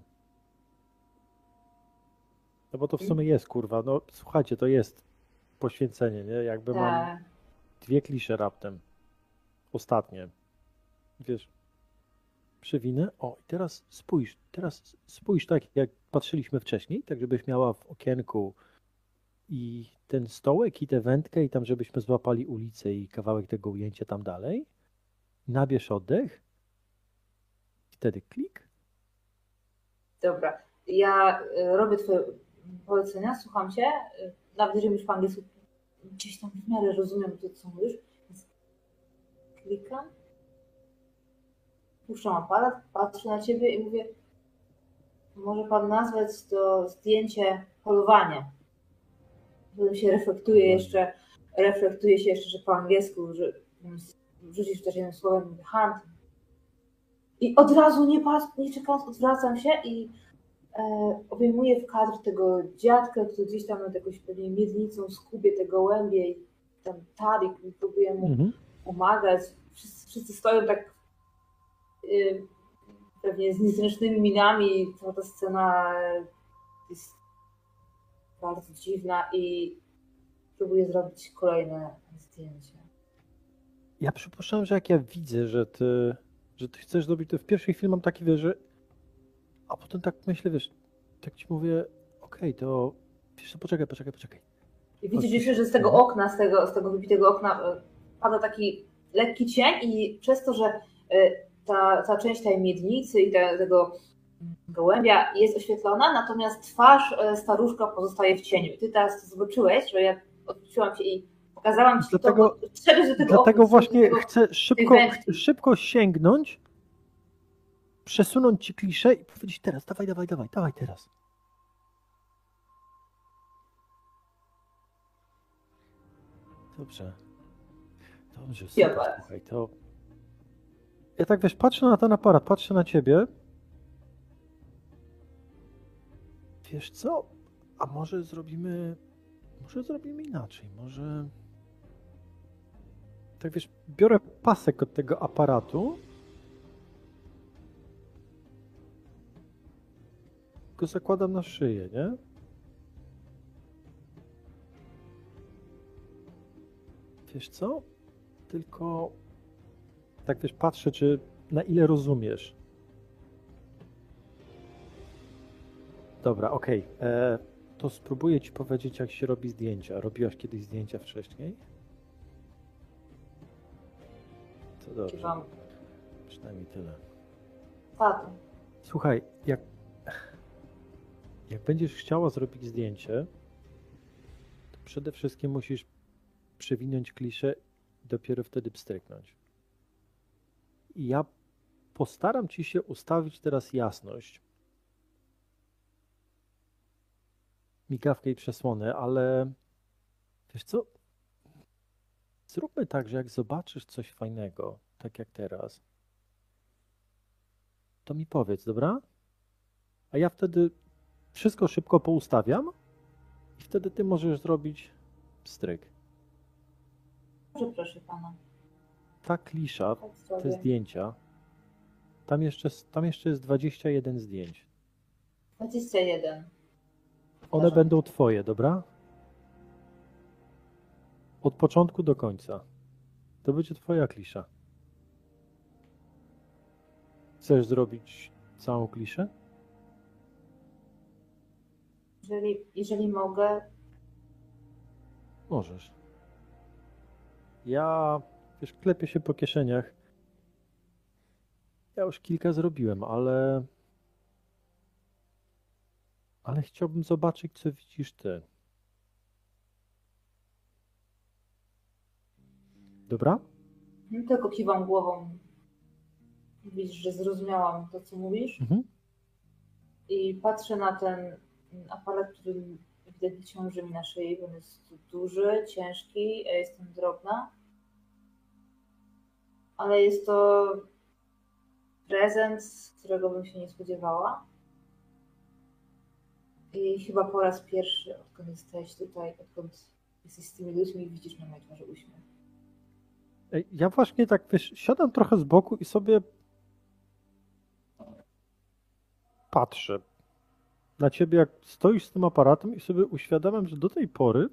No bo to w sumie jest, kurwa, no słuchajcie, to jest poświęcenie, nie? Jakby mam Tak. dwie klisze raptem. Ostatnie. Wiesz, przewinę. O, i teraz spójrz, teraz spójrz tak, jak patrzyliśmy wcześniej, tak żebyś miała w okienku i ten stołek, i tę wędkę, i tam żebyśmy złapali ulicę i kawałek tego ujęcia tam dalej. Nabierz oddech. Wtedy klik. Dobra. Ja y, robię twoje polecenia, słucham cię. Y, Nawet jeżeli już po angielsku gdzieś tam w miarę rozumiem to, co mówisz. Więc klikam. Puszczam aparat, patrzę na ciebie i mówię, może pan nazwać to zdjęcie polowanie. Potem się reflektuje jeszcze, reflektuje się jeszcze, że po angielsku, że wrzucisz też jednym słowem, mówię hunt. I od razu nie, pas, nie czekając odwracam się i e, obejmuję w kadr tego dziadka, który gdzieś tam nad jakąś pewnie miednicą skubie te gołębie i tam Tarik i próbuje mu Mhm. pomagać. Wszyscy, wszyscy stoją tak y, pewnie z niezręcznymi minami. Cała ta scena jest bardzo dziwna i próbuję zrobić kolejne zdjęcie. Ja przypuszczam, że jak ja widzę, że ty, że ty chcesz zrobić to w pierwszej chwili mam taki, wiesz, że... A potem tak myślę, wiesz, tak ci mówię, okej, to... Wiesz co, poczekaj, poczekaj, poczekaj. I widzisz jeszcze, że z tego okna, z tego, z tego wybitego okna e, pada taki lekki cień i przez to, że e, ta, ta część tej miednicy i te, tego gołębia jest oświetlona, natomiast twarz e, staruszka pozostaje w cieniu. I ty teraz to zobaczyłeś, że ja odwróciłam się i pokazałam ci Dlatego- to, bo szedłeś do tego Dlatego okna, właśnie do tego, chcę szybko, wędki. chcę szybko sięgnąć, przesunąć ci kliszę i powiedzieć teraz, dawaj, dawaj, dawaj, dawaj teraz. Dobrze. Dobrze, super, Piotr. słuchaj, to... Ja tak, wiesz, patrzę na ten aparat, patrzę na ciebie. Wiesz co? A może zrobimy... Może zrobimy inaczej, może... Tak, wiesz, biorę pasek od tego aparatu. Go zakładam na szyję, nie? Wiesz co? Tylko tak, wiesz, patrzę, czy na ile rozumiesz. Dobra, okej. E, To spróbuję ci powiedzieć, jak się robi zdjęcia. Robiłaś kiedyś zdjęcia wcześniej? To dobrze. Kiwam. Przynajmniej tyle. Tato. Słuchaj, jak, jak będziesz chciała zrobić zdjęcie, to przede wszystkim musisz przewinąć kliszę i dopiero wtedy pstryknąć. I ja postaram ci się ustawić teraz jasność. Migawkę i przesłonę, ale wiesz co? Zróbmy tak, że jak zobaczysz coś fajnego, tak jak teraz, to mi powiedz, dobra? A ja wtedy wszystko szybko poustawiam i wtedy ty możesz zrobić pstryk. Dobrze, proszę pana. Ta klisza, Tak te zrobię. zdjęcia, tam jeszcze, tam jeszcze jest dwadzieścia jeden zdjęć. dwadzieścia jeden. One Dobrze. będą twoje, dobra? Od początku do końca. To będzie twoja klisza. Chcesz zrobić całą kliszę? Jeżeli, jeżeli mogę, Możesz. Ja, wiesz, klepię się po kieszeniach. Ja już kilka zrobiłem, ale... Ale chciałbym zobaczyć, co widzisz ty. Dobra? tylko kiwam głową. Widzisz, że zrozumiałam to, co mówisz. Mhm. I patrzę na ten aparat, który ewidentnie ciąży mi na szyi, bo on jest duży, ciężki, ja jestem drobna. Ale jest to prezent, którego bym się nie spodziewała. I chyba po raz pierwszy, odkąd jesteś tutaj, odkąd jesteś z tymi ludźmi, widzisz na mojej twarzy uśmiech. Ej, ja właśnie tak, wiesz, siadam trochę z boku i sobie patrzę na ciebie, jak stoisz z tym aparatem i sobie uświadamiam, że do tej pory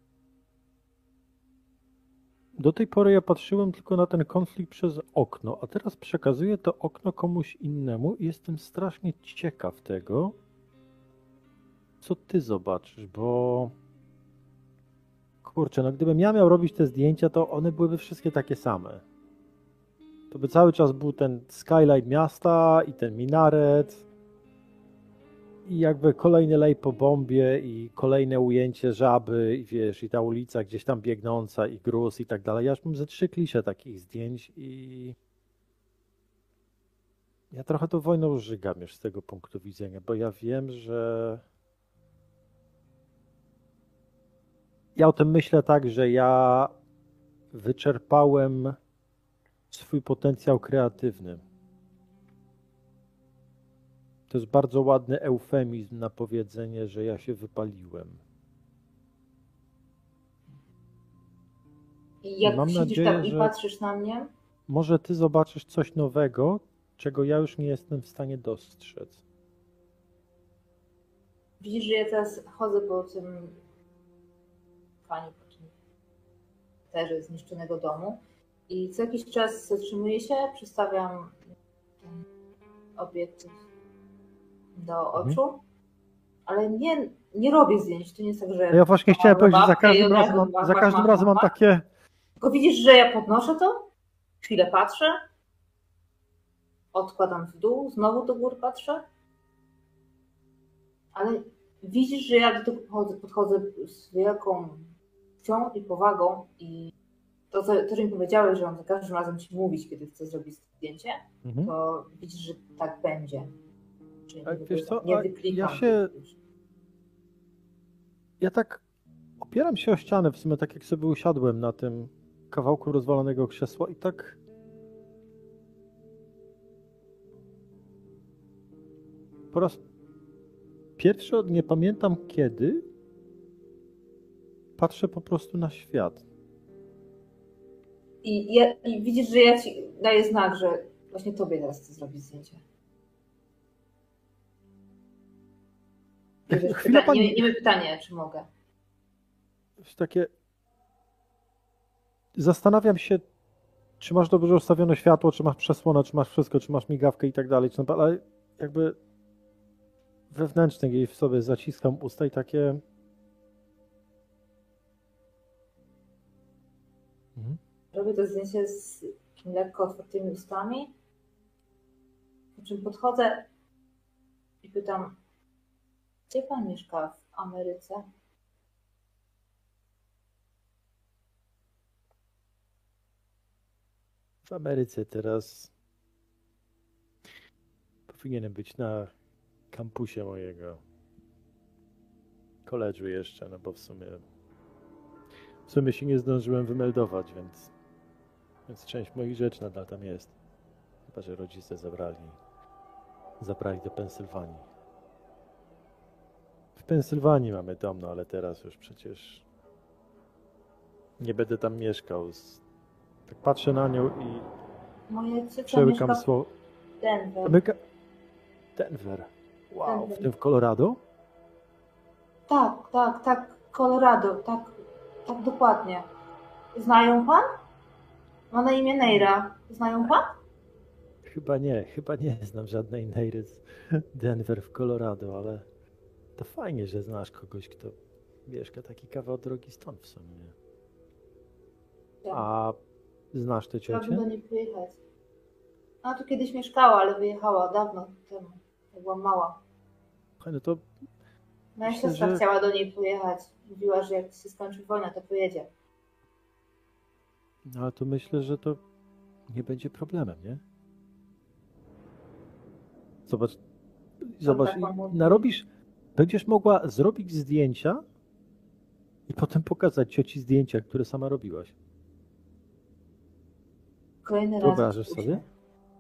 do tej pory ja patrzyłem tylko na ten konflikt przez okno, a teraz przekazuję to okno komuś innemu i jestem strasznie ciekaw tego, co ty zobaczysz, bo kurczę, no gdybym ja miał robić te zdjęcia, to one byłyby wszystkie takie same. To by cały czas był ten skyline miasta i ten minaret i jakby kolejny lej po bombie i kolejne ujęcie żaby i wiesz, i ta ulica gdzieś tam biegnąca i gruz i tak dalej. Ja już mam ze trzy klisze takich zdjęć i ja trochę to wojną żygam już z tego punktu widzenia, bo ja wiem, że ja o tym myślę tak, że ja wyczerpałem swój potencjał kreatywny. To jest bardzo ładny eufemizm na powiedzenie, że ja się wypaliłem. I jak Mam siedzisz nadzieję, tam i że- patrzysz na mnie, Może ty zobaczysz coś nowego, czego ja już nie jestem w stanie dostrzec. widzisz, że ja teraz chodzę po tym pani, po tym terze zniszczonego domu I co jakiś czas zatrzymuję się, przystawiam ten obiektyw do oczu, ale nie, nie robię zdjęć. To nie jest tak, że... Ja właśnie chciałem powiedzieć, że za babkę i każdym od razu razem mam, mach, za mach, każdym mach, razem mam mach. takie... Tylko widzisz, że ja podnoszę to, chwilę patrzę, odkładam w dół, znowu do góry patrzę, ale widzisz, że ja do tego podchodzę, podchodzę z wielką czcią i powagą i to, co, to, że mi powiedziałeś, że mam za każdym razem ci mówić, kiedy chcę zrobić zdjęcie, Mhm. to widzisz, że tak będzie. Czyli A nie, wiesz co, nie a wyklikam. ja się- Ja tak opieram się o ścianę, w sumie tak jak sobie usiadłem na tym kawałku rozwalonego krzesła i tak... Po raz pierwszy od nie pamiętam kiedy patrzę po prostu na świat. I, ja, I widzisz, że ja ci daję znak, że właśnie tobie teraz chcę zrobić zdjęcie. Jak- Wiesz, chwila, pyta- pani- nie, nie wiem pytanie, czy mogę. Jest takie... Zastanawiam się, czy masz dobrze ustawione światło, czy masz przesłonę, czy masz wszystko, czy masz migawkę i tak dalej, czy... ale jakby wewnętrznie jej w sobie zaciskam usta i takie... Mhm. Robię to zdjęcie z takimi lekko otwartymi ustami, po czym podchodzę i pytam, gdzie pan mieszka w Ameryce? W Ameryce teraz powinienem być na kampusie mojego koledżu jeszcze, no bo w sumie w sumie się nie zdążyłem wymeldować, więc, więc część moich rzeczy nadal tam jest. Chyba że rodzice zabrali zabrali do Pensylwanii. W Pensylwanii mamy dom, no ale teraz już przecież nie będę tam mieszkał. Z... Tak patrzę na nią i Moje ciocia przełykam mieszka w słowo. Denver. Ameryka... Denver. Wow, Denver. w tym w Colorado? Tak, tak, tak, Colorado, tak, tak dokładnie. Znają pan? Ma na imię Neira. Znają pan? Chyba nie, chyba nie znam żadnej Neiry z Denver w Colorado, ale to fajnie, że znasz kogoś, kto mieszka taki kawał drogi stąd w sumie. A znasz tę Chciałabym ciocię? do niej pojechać. Ona tu kiedyś mieszkała, ale wyjechała dawno temu. Jak była mała. No to Moja Myślę, siostra że- chciała do niej pojechać. Mówiła, że jak się skończy wojna, to pojedzie. No ale to myślę, że to nie będzie problemem, nie? Zobacz, zobacz, tak pan i mówi. narobisz, będziesz mogła zrobić zdjęcia i potem pokazać cioci zdjęcia, które sama robiłaś. Kolejny raz. Wyobrażasz uśmiech. sobie?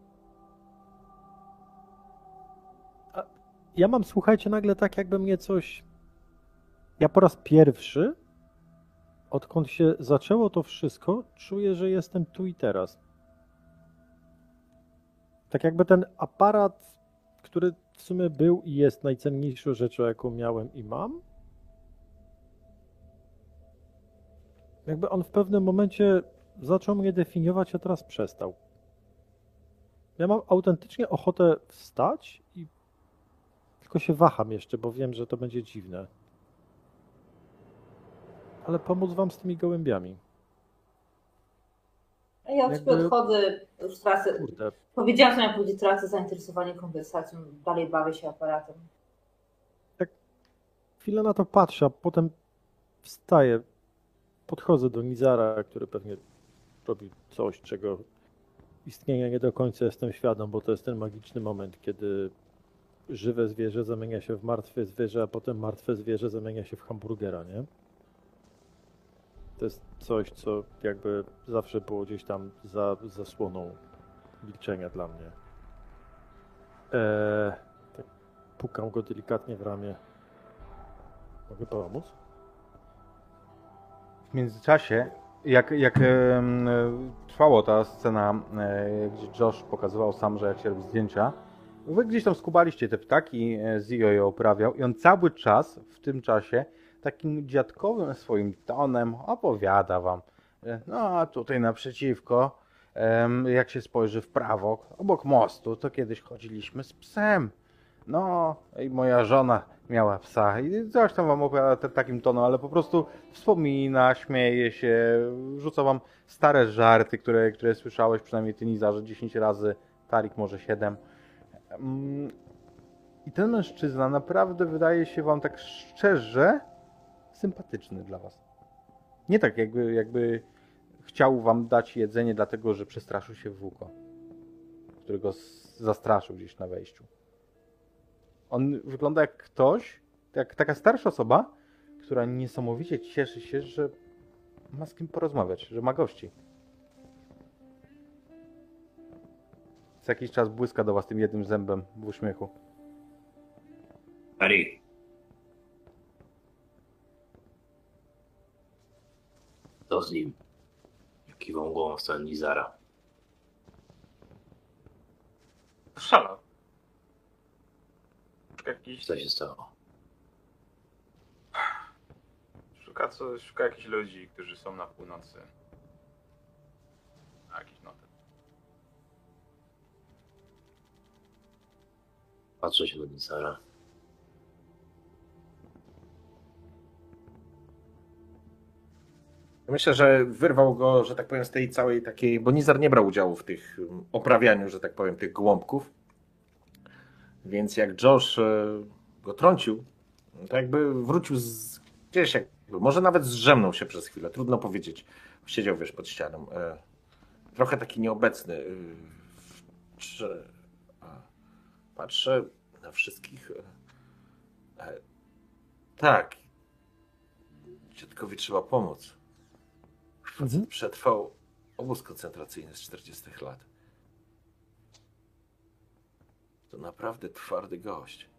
A ja mam, słuchajcie, nagle tak jakby mnie coś... Ja po raz pierwszy, odkąd się zaczęło to wszystko, czuję, że jestem tu i teraz. Tak jakby ten aparat, który w sumie był i jest najcenniejszą rzeczą, jaką miałem i mam, jakby on w pewnym momencie zaczął mnie definiować, a teraz przestał. Ja mam autentycznie ochotę wstać i tylko się waham jeszcze, bo wiem, że to będzie dziwne. Ale pomóc wam z tymi gołębiami. A ja od Jakby- odchodzę, już tracę. Kurde, Powiedziałam, że miałam powiedzieć, tracę zainteresowanie konwersacją. Dalej bawię się aparatem. chwilę na to patrzę, a potem wstaję, podchodzę do Nizara, który pewnie robi coś, czego istnienia nie do końca jestem świadom, bo to jest ten magiczny moment, kiedy żywe zwierzę zamienia się w martwe zwierzę, a potem martwe zwierzę zamienia się w hamburgera, nie? To jest coś, co jakby zawsze było gdzieś tam za zasłoną milczenia dla mnie. Eee, tak pukam go delikatnie w ramię. Mogę pomóc? W międzyczasie, jak, jak em, trwała ta scena, e, gdzie Josh pokazywał sam, że jak się robi zdjęcia, wy gdzieś tam skubaliście te ptaki, e, Zio je oprawiał i on cały czas w tym czasie takim dziadkowym swoim tonem opowiada wam, E, No a tutaj naprzeciwko, em, jak się spojrzy w prawo, obok mostu, to kiedyś chodziliśmy z psem. No i moja żona miała psa i coś tam wam opowiada te- takim tonem, ale po prostu wspomina, śmieje się, rzuca wam stare żarty, które, które słyszałeś, przynajmniej ty Nizarze, dziesięć razy, Tarik może siedem. Mm, I ten mężczyzna naprawdę wydaje się wam tak szczerze sympatyczny dla was. Nie tak jakby, jakby chciał wam dać jedzenie dlatego, że przestraszył się Wuko, którego s- zastraszył gdzieś na wejściu. On wygląda jak ktoś, jak taka starsza osoba, która niesamowicie cieszy się, że ma z kim porozmawiać, że ma gości. Co jakiś czas błyska do was tym jednym zębem w uśmiechu. Harry. Co z nim? Kiwą głową w stronę Nizara. Szalał. Szuka jakiś, Co się stało? szuka, co, szuka jakichś ludzi, którzy są na północy. A jakiś notet. Patrzę się na Nizara. Myślę, że wyrwał go, że tak powiem, z tej całej takiej, bo Nizar nie brał udziału w tych um, oprawianiu, że tak powiem, tych gołąbków. Więc jak Josh e, go trącił, to jakby wrócił z, gdzieś, jakby, może nawet zrzemnął się przez chwilę, trudno powiedzieć. Siedział, wiesz, pod ścianą. E, trochę taki nieobecny. E, czy, a, patrzę na wszystkich. E, e, tak. Dziadkowi trzeba pomóc. Mhm. Przetrwał obóz koncentracyjny z czterdziestu lat. To naprawdę twardy gość.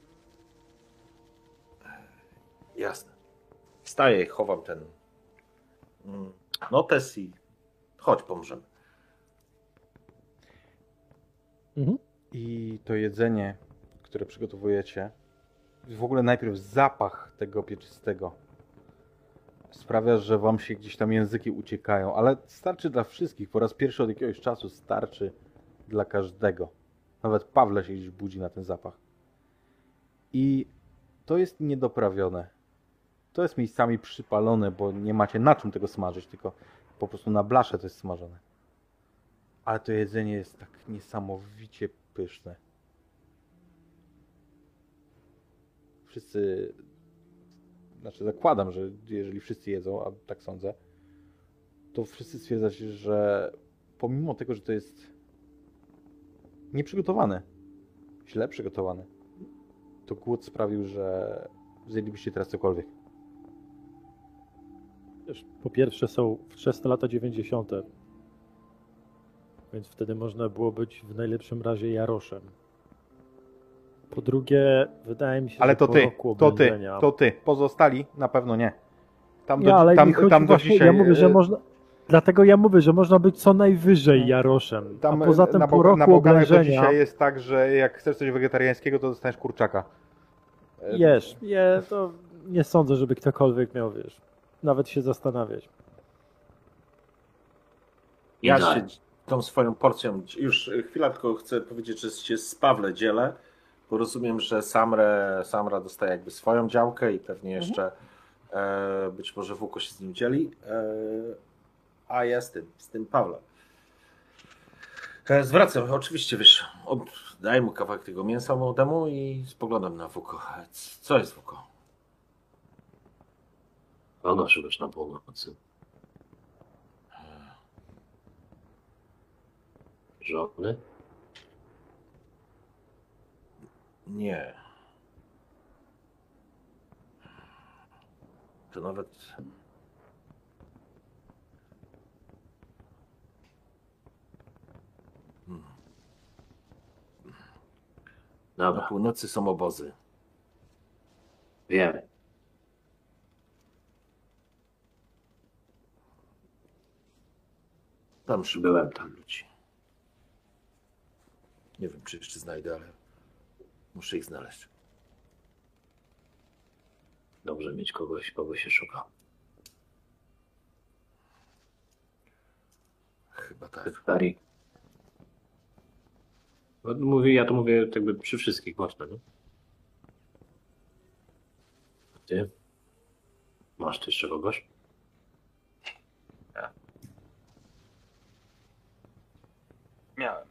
Ech, jasne. Wstaję, chowam ten mm, notes i chodź, pomożemy. Mhm. I to jedzenie, które przygotowujecie, w ogóle najpierw zapach tego pieczystego sprawia, że wam się gdzieś tam języki uciekają, ale starczy dla wszystkich. Po raz pierwszy od jakiegoś czasu starczy dla każdego. Nawet Pawle się gdzieś budzi na ten zapach. I to jest niedoprawione. To jest miejscami przypalone, bo nie macie na czym tego smażyć, tylko po prostu na blasze to jest smażone. Ale to jedzenie jest tak niesamowicie pyszne. Wszyscy... Znaczy zakładam, że jeżeli wszyscy jedzą, a tak sądzę, to wszyscy stwierdzacie, że pomimo tego, że to jest nieprzygotowane, źle przygotowane, to głód sprawił, że zjedlibyście teraz cokolwiek. Wiesz, po pierwsze są wczesne lata dziewięćdziesiąte, więc wtedy można było być w najlepszym razie Jaroszem. Po drugie, wydaje mi się, Ale że to po ty, roku to ty, oblężenia... to ty. Pozostali na pewno nie. Tam do, Nie, ale tam, mi chodzi tam do właśnie, dzisiaj... ja mówię, że e, można... Dlatego ja mówię, że można być co najwyżej Jaroszem, Tam a poza tym na, po Boga- na roku Boganach to oblężenia... dzisiaj jest tak, że jak chcesz coś wegetariańskiego, to dostaniesz kurczaka. E, Jesz, je, to nie sądzę, żeby ktokolwiek miał, wiesz, nawet się zastanawiać. Ja Nizar. się tą swoją porcją, już chwila, tylko chcę powiedzieć, że się z Pawle dzielę, bo rozumiem, że Samre, Samra dostaje jakby swoją działkę i pewnie jeszcze e, być może Wuko się z nim dzieli, e, a ja z tym, z tym Pawle. E, zwracam, oczywiście, wiesz, oddaję mu kawałek tego mięsa młodemu i spoglądam na Wuko. E, Co jest, Wuko? Kogo szukasz na północy? Żony? Nie. To nawet... Hmm. Na Dobra, północy są obozy. wiemy. Tam szybko. Byłem tam ludzi. Nie wiem, czy jeszcze znajdę, ale muszę ich znaleźć. Dobrze mieć kogoś, kogo się szuka. Chyba tak. Stary. No, mówię, ja to mówię jakby przy wszystkich głośno, nie? A ty? Masz tu jeszcze kogoś? Miałem.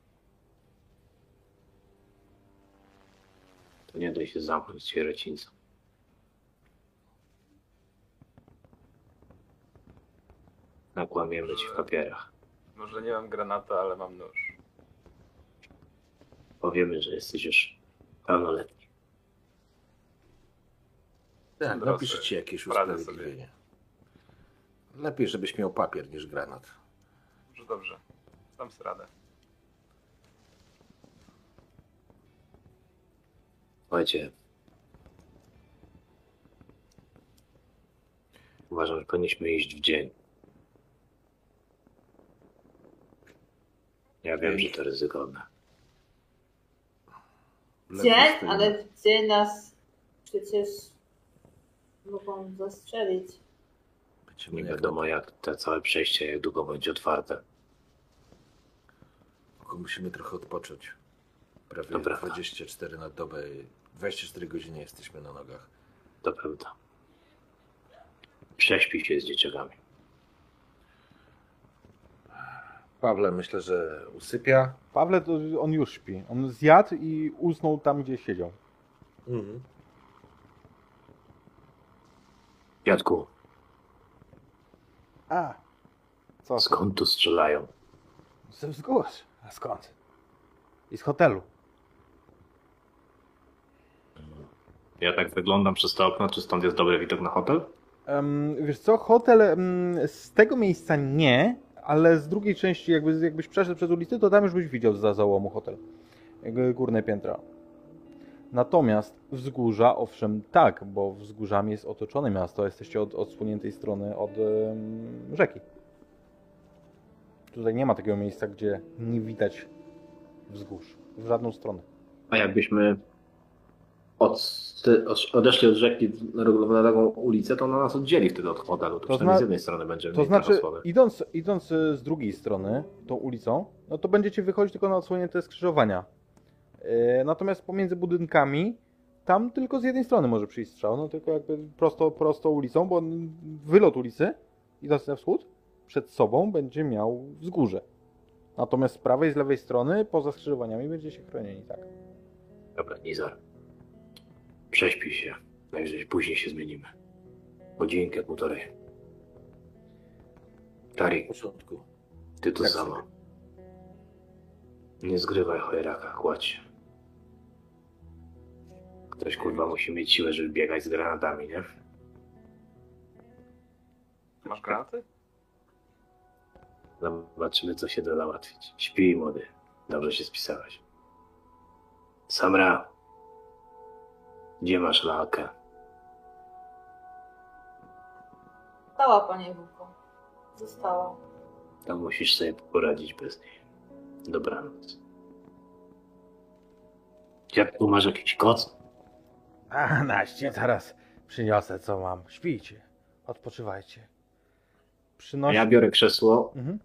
To nie daj się zamknąć sierocińcą. Nakłamiemy ci w papierach. Może nie mam granata, ale mam nóż. Powiemy, że jesteś już pełnoletni. Tak, Dorosły. napiszę ci jakieś Poradzę usprawiedliwienie. Lepiej, żebyś miał papier niż granat. Że dobrze. Dam sobie radę. Słuchajcie. Uważam, że powinniśmy iść w dzień. Ja wiem, że to ryzykowne. Lepiej Dzień, stoimy. ale w dzień nas przecież mogą zastrzelić. Będziemy Nie jak wiadomo, jak te całe przejście, jak długo będzie otwarte. Tylko musimy trochę odpocząć. Prawie To prawda. dwadzieścia cztery na dobę i dwadzieścia cztery godziny jesteśmy na nogach. To prawda. Prześpij się z dzieciakami. Pawle, myślę, że usypia. Pawle, to on już śpi. On zjadł i usnął tam, gdzie siedział. Mhm. Dziadku, A, co? skąd tu strzelają? Ze wzgórz. A skąd? I z hotelu. Ja tak wyglądam przez to okno, czy stąd jest dobry widok na hotel? Um, wiesz co, hotel um, z tego miejsca nie, ale z drugiej części, jakby, jakbyś przeszedł przez ulicę, to tam już byś widział za załomu hotel. Jakby górne piętra. Natomiast wzgórza, owszem, tak, bo wzgórzami jest otoczone miasto, jesteście od odsłoniętej strony od um, rzeki. Tutaj nie ma takiego miejsca, gdzie nie widać wzgórz. W żadną stronę. A jakbyśmy od, odeszli od rzeki na taką ulicę, to ona nas oddzieli wtedy od hotelu. To, To przynajmniej zna- z jednej strony będziemy To mieli znaczy, prawosławę. idąc, idąc z drugiej strony, tą ulicą, no to będziecie wychodzić tylko na odsłonięte skrzyżowania. Yy, natomiast pomiędzy budynkami, tam tylko z jednej strony może przyjść strzał, no tylko jakby prosto, prosto ulicą, bo wylot ulicy, idąc na wschód, przed sobą będzie miał wzgórze. Natomiast z prawej i z lewej strony, poza skrzyżowaniami, będziecie chronieni, tak. Dobra, Nizar. Prześpij się. Najwyżej później się zmienimy. Godzinkę, półtorej. W Tarik, porządku. ty to Tak samo. sobie. Nie zgrywaj chojraka, kładź się. Ktoś kurwa musi mieć siłę, żeby biegać z granatami, nie? Masz granaty? Zobaczymy, co się da załatwić. Śpij, młody. Dobrze się spisałeś. Samra. Gdzie masz lalkę? Została, panie Wuko. Została. Tam musisz sobie poradzić bez niej. Dobranoc. Dziadku, masz jakiś koc? A, naście, zaraz przyniosę, co mam. Śpijcie, odpoczywajcie. A Przynosi... ja biorę krzesło, Mhm.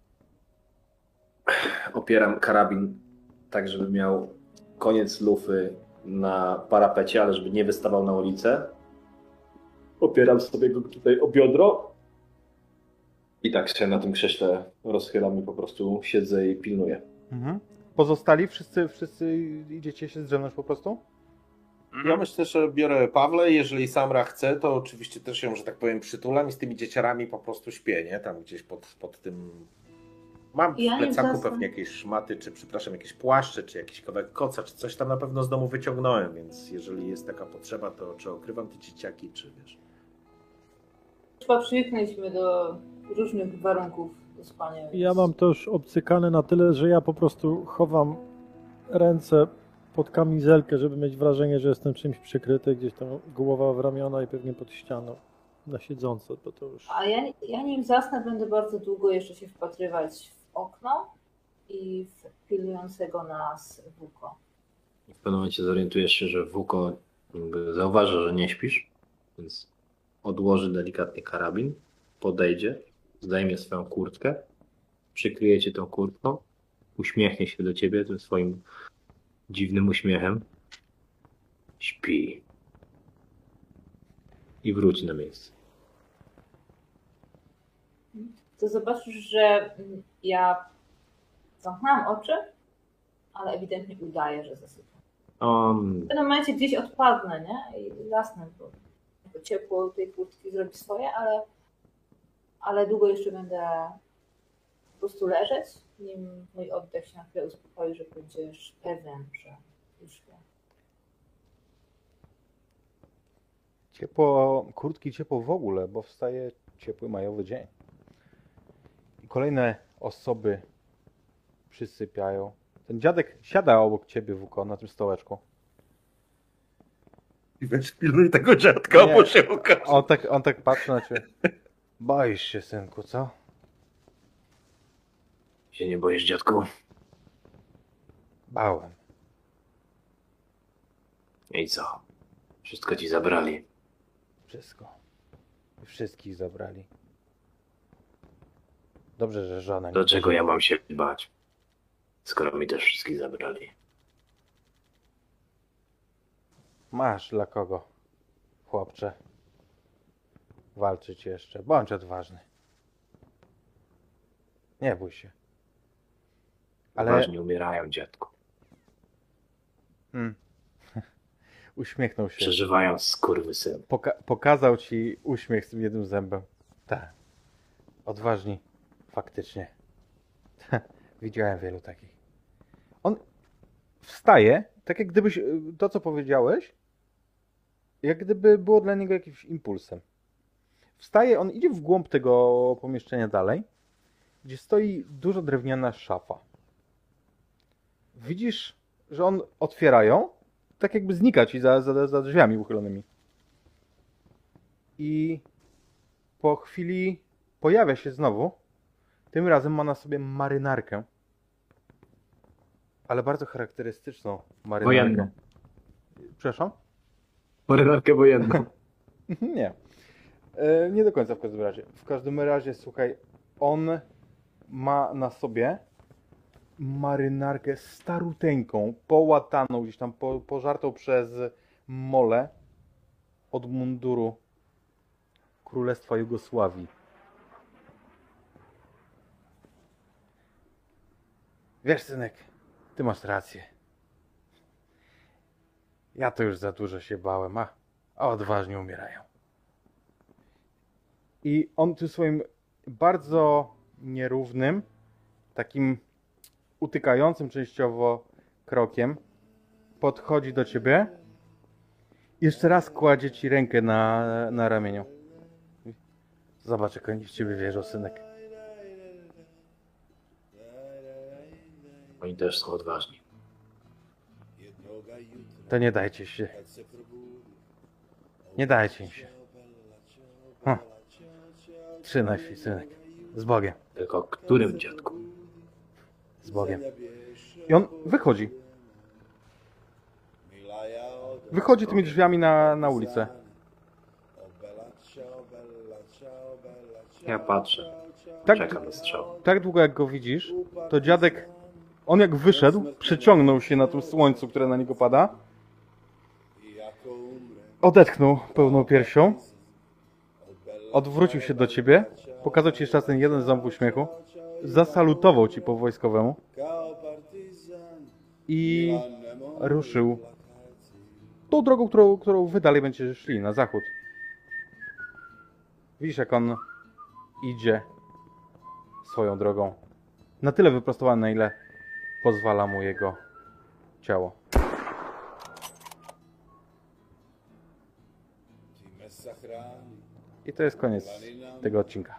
opieram karabin tak, żeby miał koniec lufy na parapecie, ale żeby nie wystawał na ulicę. Opieram sobie go tutaj o biodro i tak się na tym krześle rozchylam i po prostu siedzę i pilnuję. Mhm. Pozostali wszyscy, wszyscy idziecie się zdrzemnąć po prostu? Ja myślę, że biorę Pawle. Jeżeli Samra chce, to oczywiście też ją, że tak powiem, przytulam i z tymi dzieciarami po prostu śpię, nie? Tam gdzieś pod, pod tym... Mam w Ja nie plecaku zasnę. pewnie jakieś szmaty, czy przepraszam, jakieś płaszcze, czy jakiś kawałek koca, czy coś tam na pewno z domu wyciągnąłem, więc jeżeli jest taka potrzeba, to czy okrywam te dzieciaki, czy wiesz... Chyba przywyknęliśmy do różnych warunków do spania. Więc... Ja mam to już obcykane na tyle, że ja po prostu chowam ręce pod kamizelkę, żeby mieć wrażenie, że jestem czymś przykryty, gdzieś tam głowa w ramiona i pewnie pod ścianą na siedząco, bo to już... A ja, ja nim zasnę, będę bardzo długo jeszcze się wpatrywać w okno i w pilującego nas Wuko. W pewnym momencie zorientujesz się, że Wuko jakby zauważy, że nie śpisz, więc odłoży delikatnie karabin, podejdzie, zdejmie swoją kurtkę przykryje cię tą kurtką, uśmiechnie się do ciebie tym swoim dziwnym uśmiechem. Śpi. I wróci na miejsce. To zobaczysz, że ja zamknęłam oczy, ale ewidentnie udaję, że zasypiam. On W pewnym momencie gdzieś odpadnę, nie? I zasnę, bo to ciepło tej kurtki zrobi swoje, ale, ale długo jeszcze będę po prostu leżeć, nim mój oddech się na chwilę uspokoi, że będziesz pewien, że już śpię. Ciepło, kurtki ciepło w ogóle, bo wstaje ciepły majowy dzień. I kolejne osoby przysypiają. Ten dziadek siada obok ciebie, Wuko, na tym stołeczku. I weź pilnuj tego dziadka, Nie. bo się okaże. On tak, on tak patrzy na ciebie. Boisz się, synku, co? Się nie boisz, dziadku? Bałem. I co? Wszystko ci zabrali. Wszystko. Wszystkich zabrali. Dobrze, że żona nie... Do czego ja mam się bać? Skoro mi też wszystkich zabrali. Masz dla kogo, chłopcze. Walczyć jeszcze. Bądź odważny. Nie bój się. Ale... Ważni umierają, dziadku. Hmm. Uśmiechnął się. Przeżywają skurwysyn. Poka- pokazał ci uśmiech z tym jednym zębem. Tak. Odważni. Faktycznie. Widziałem wielu takich. On wstaje, tak jak gdybyś to, co powiedziałeś, jak gdyby było dla niego jakimś impulsem. Wstaje, on idzie w głąb tego pomieszczenia dalej, gdzie stoi duża drewniana szafa. Widzisz, że on otwiera ją, tak jakby znika ci za, za, za drzwiami uchylonymi. I po chwili pojawia się znowu. Tym razem ma na sobie marynarkę. Ale bardzo charakterystyczną marynarkę. Wojenną. Przepraszam? Marynarkę wojenną. Nie. E, nie do końca w każdym razie. W każdym razie, słuchaj, on ma na sobie marynarkę staruteńką, połataną, gdzieś tam po, pożartą przez mole od munduru Królestwa Jugosławii. Wiesz, synek, ty masz rację. Ja to już za dużo się bałem, a, a odważni umierają. I on tym swoim bardzo nierównym, takim utykającym częściowo krokiem podchodzi do ciebie i jeszcze raz kładzie ci rękę na, na ramieniu. Zobacz, jak oni w ciebie wierzą, synek. Oni też są odważni. To nie dajcie się. Nie dajcie im się. Hm. Trzymaj się, synek. Z Bogiem. Tylko którym, dziadku? Z Bogiem. I on wychodzi. Wychodzi tymi drzwiami na, na ulicę. Ja patrzę. Tak, Czekam na strzał. tak długo jak go widzisz, to dziadek, on jak wyszedł, przeciągnął się na tym słońcu, które na niego pada. Odetchnął pełną piersią. Odwrócił się do ciebie. Pokazał ci jeszcze raz ten jeden ząb uśmiechu. Zasalutował ci po wojskowemu. I ruszył tą drogą, którą, którą wy dalej będziecie szli, na zachód. Widzisz, jak on idzie swoją drogą. Na tyle wyprostowany, na ile pozwala mu jego ciało. I to jest koniec tego odcinka.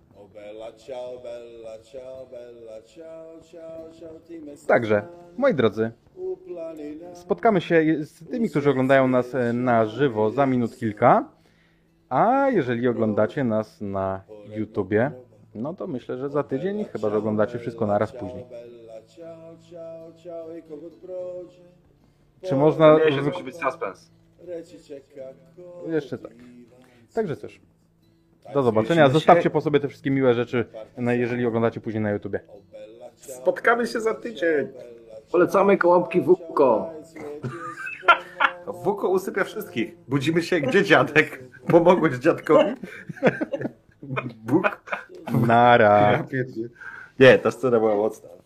Także, moi drodzy, spotkamy się z tymi, którzy oglądają nas na żywo za minut kilka. A jeżeli oglądacie nas na YouTubie, no to myślę, że za tydzień, chyba że oglądacie wszystko naraz później. Czy można... Nie, musi być suspens. Jeszcze tak. Także cóż. Do zobaczenia. Widzimy się. Zostawcie po sobie te wszystkie miłe rzeczy, na- jeżeli oglądacie później na YouTubie. Spotkamy się za tydzień. Polecamy kołąbki Wuko. Wuko usypia wszystkich. Budzimy się, gdzie dziadek? Pomogłeś dziadkowi? Bóg? Nara. Ja pierdzie- Nie, ta scena była mocna.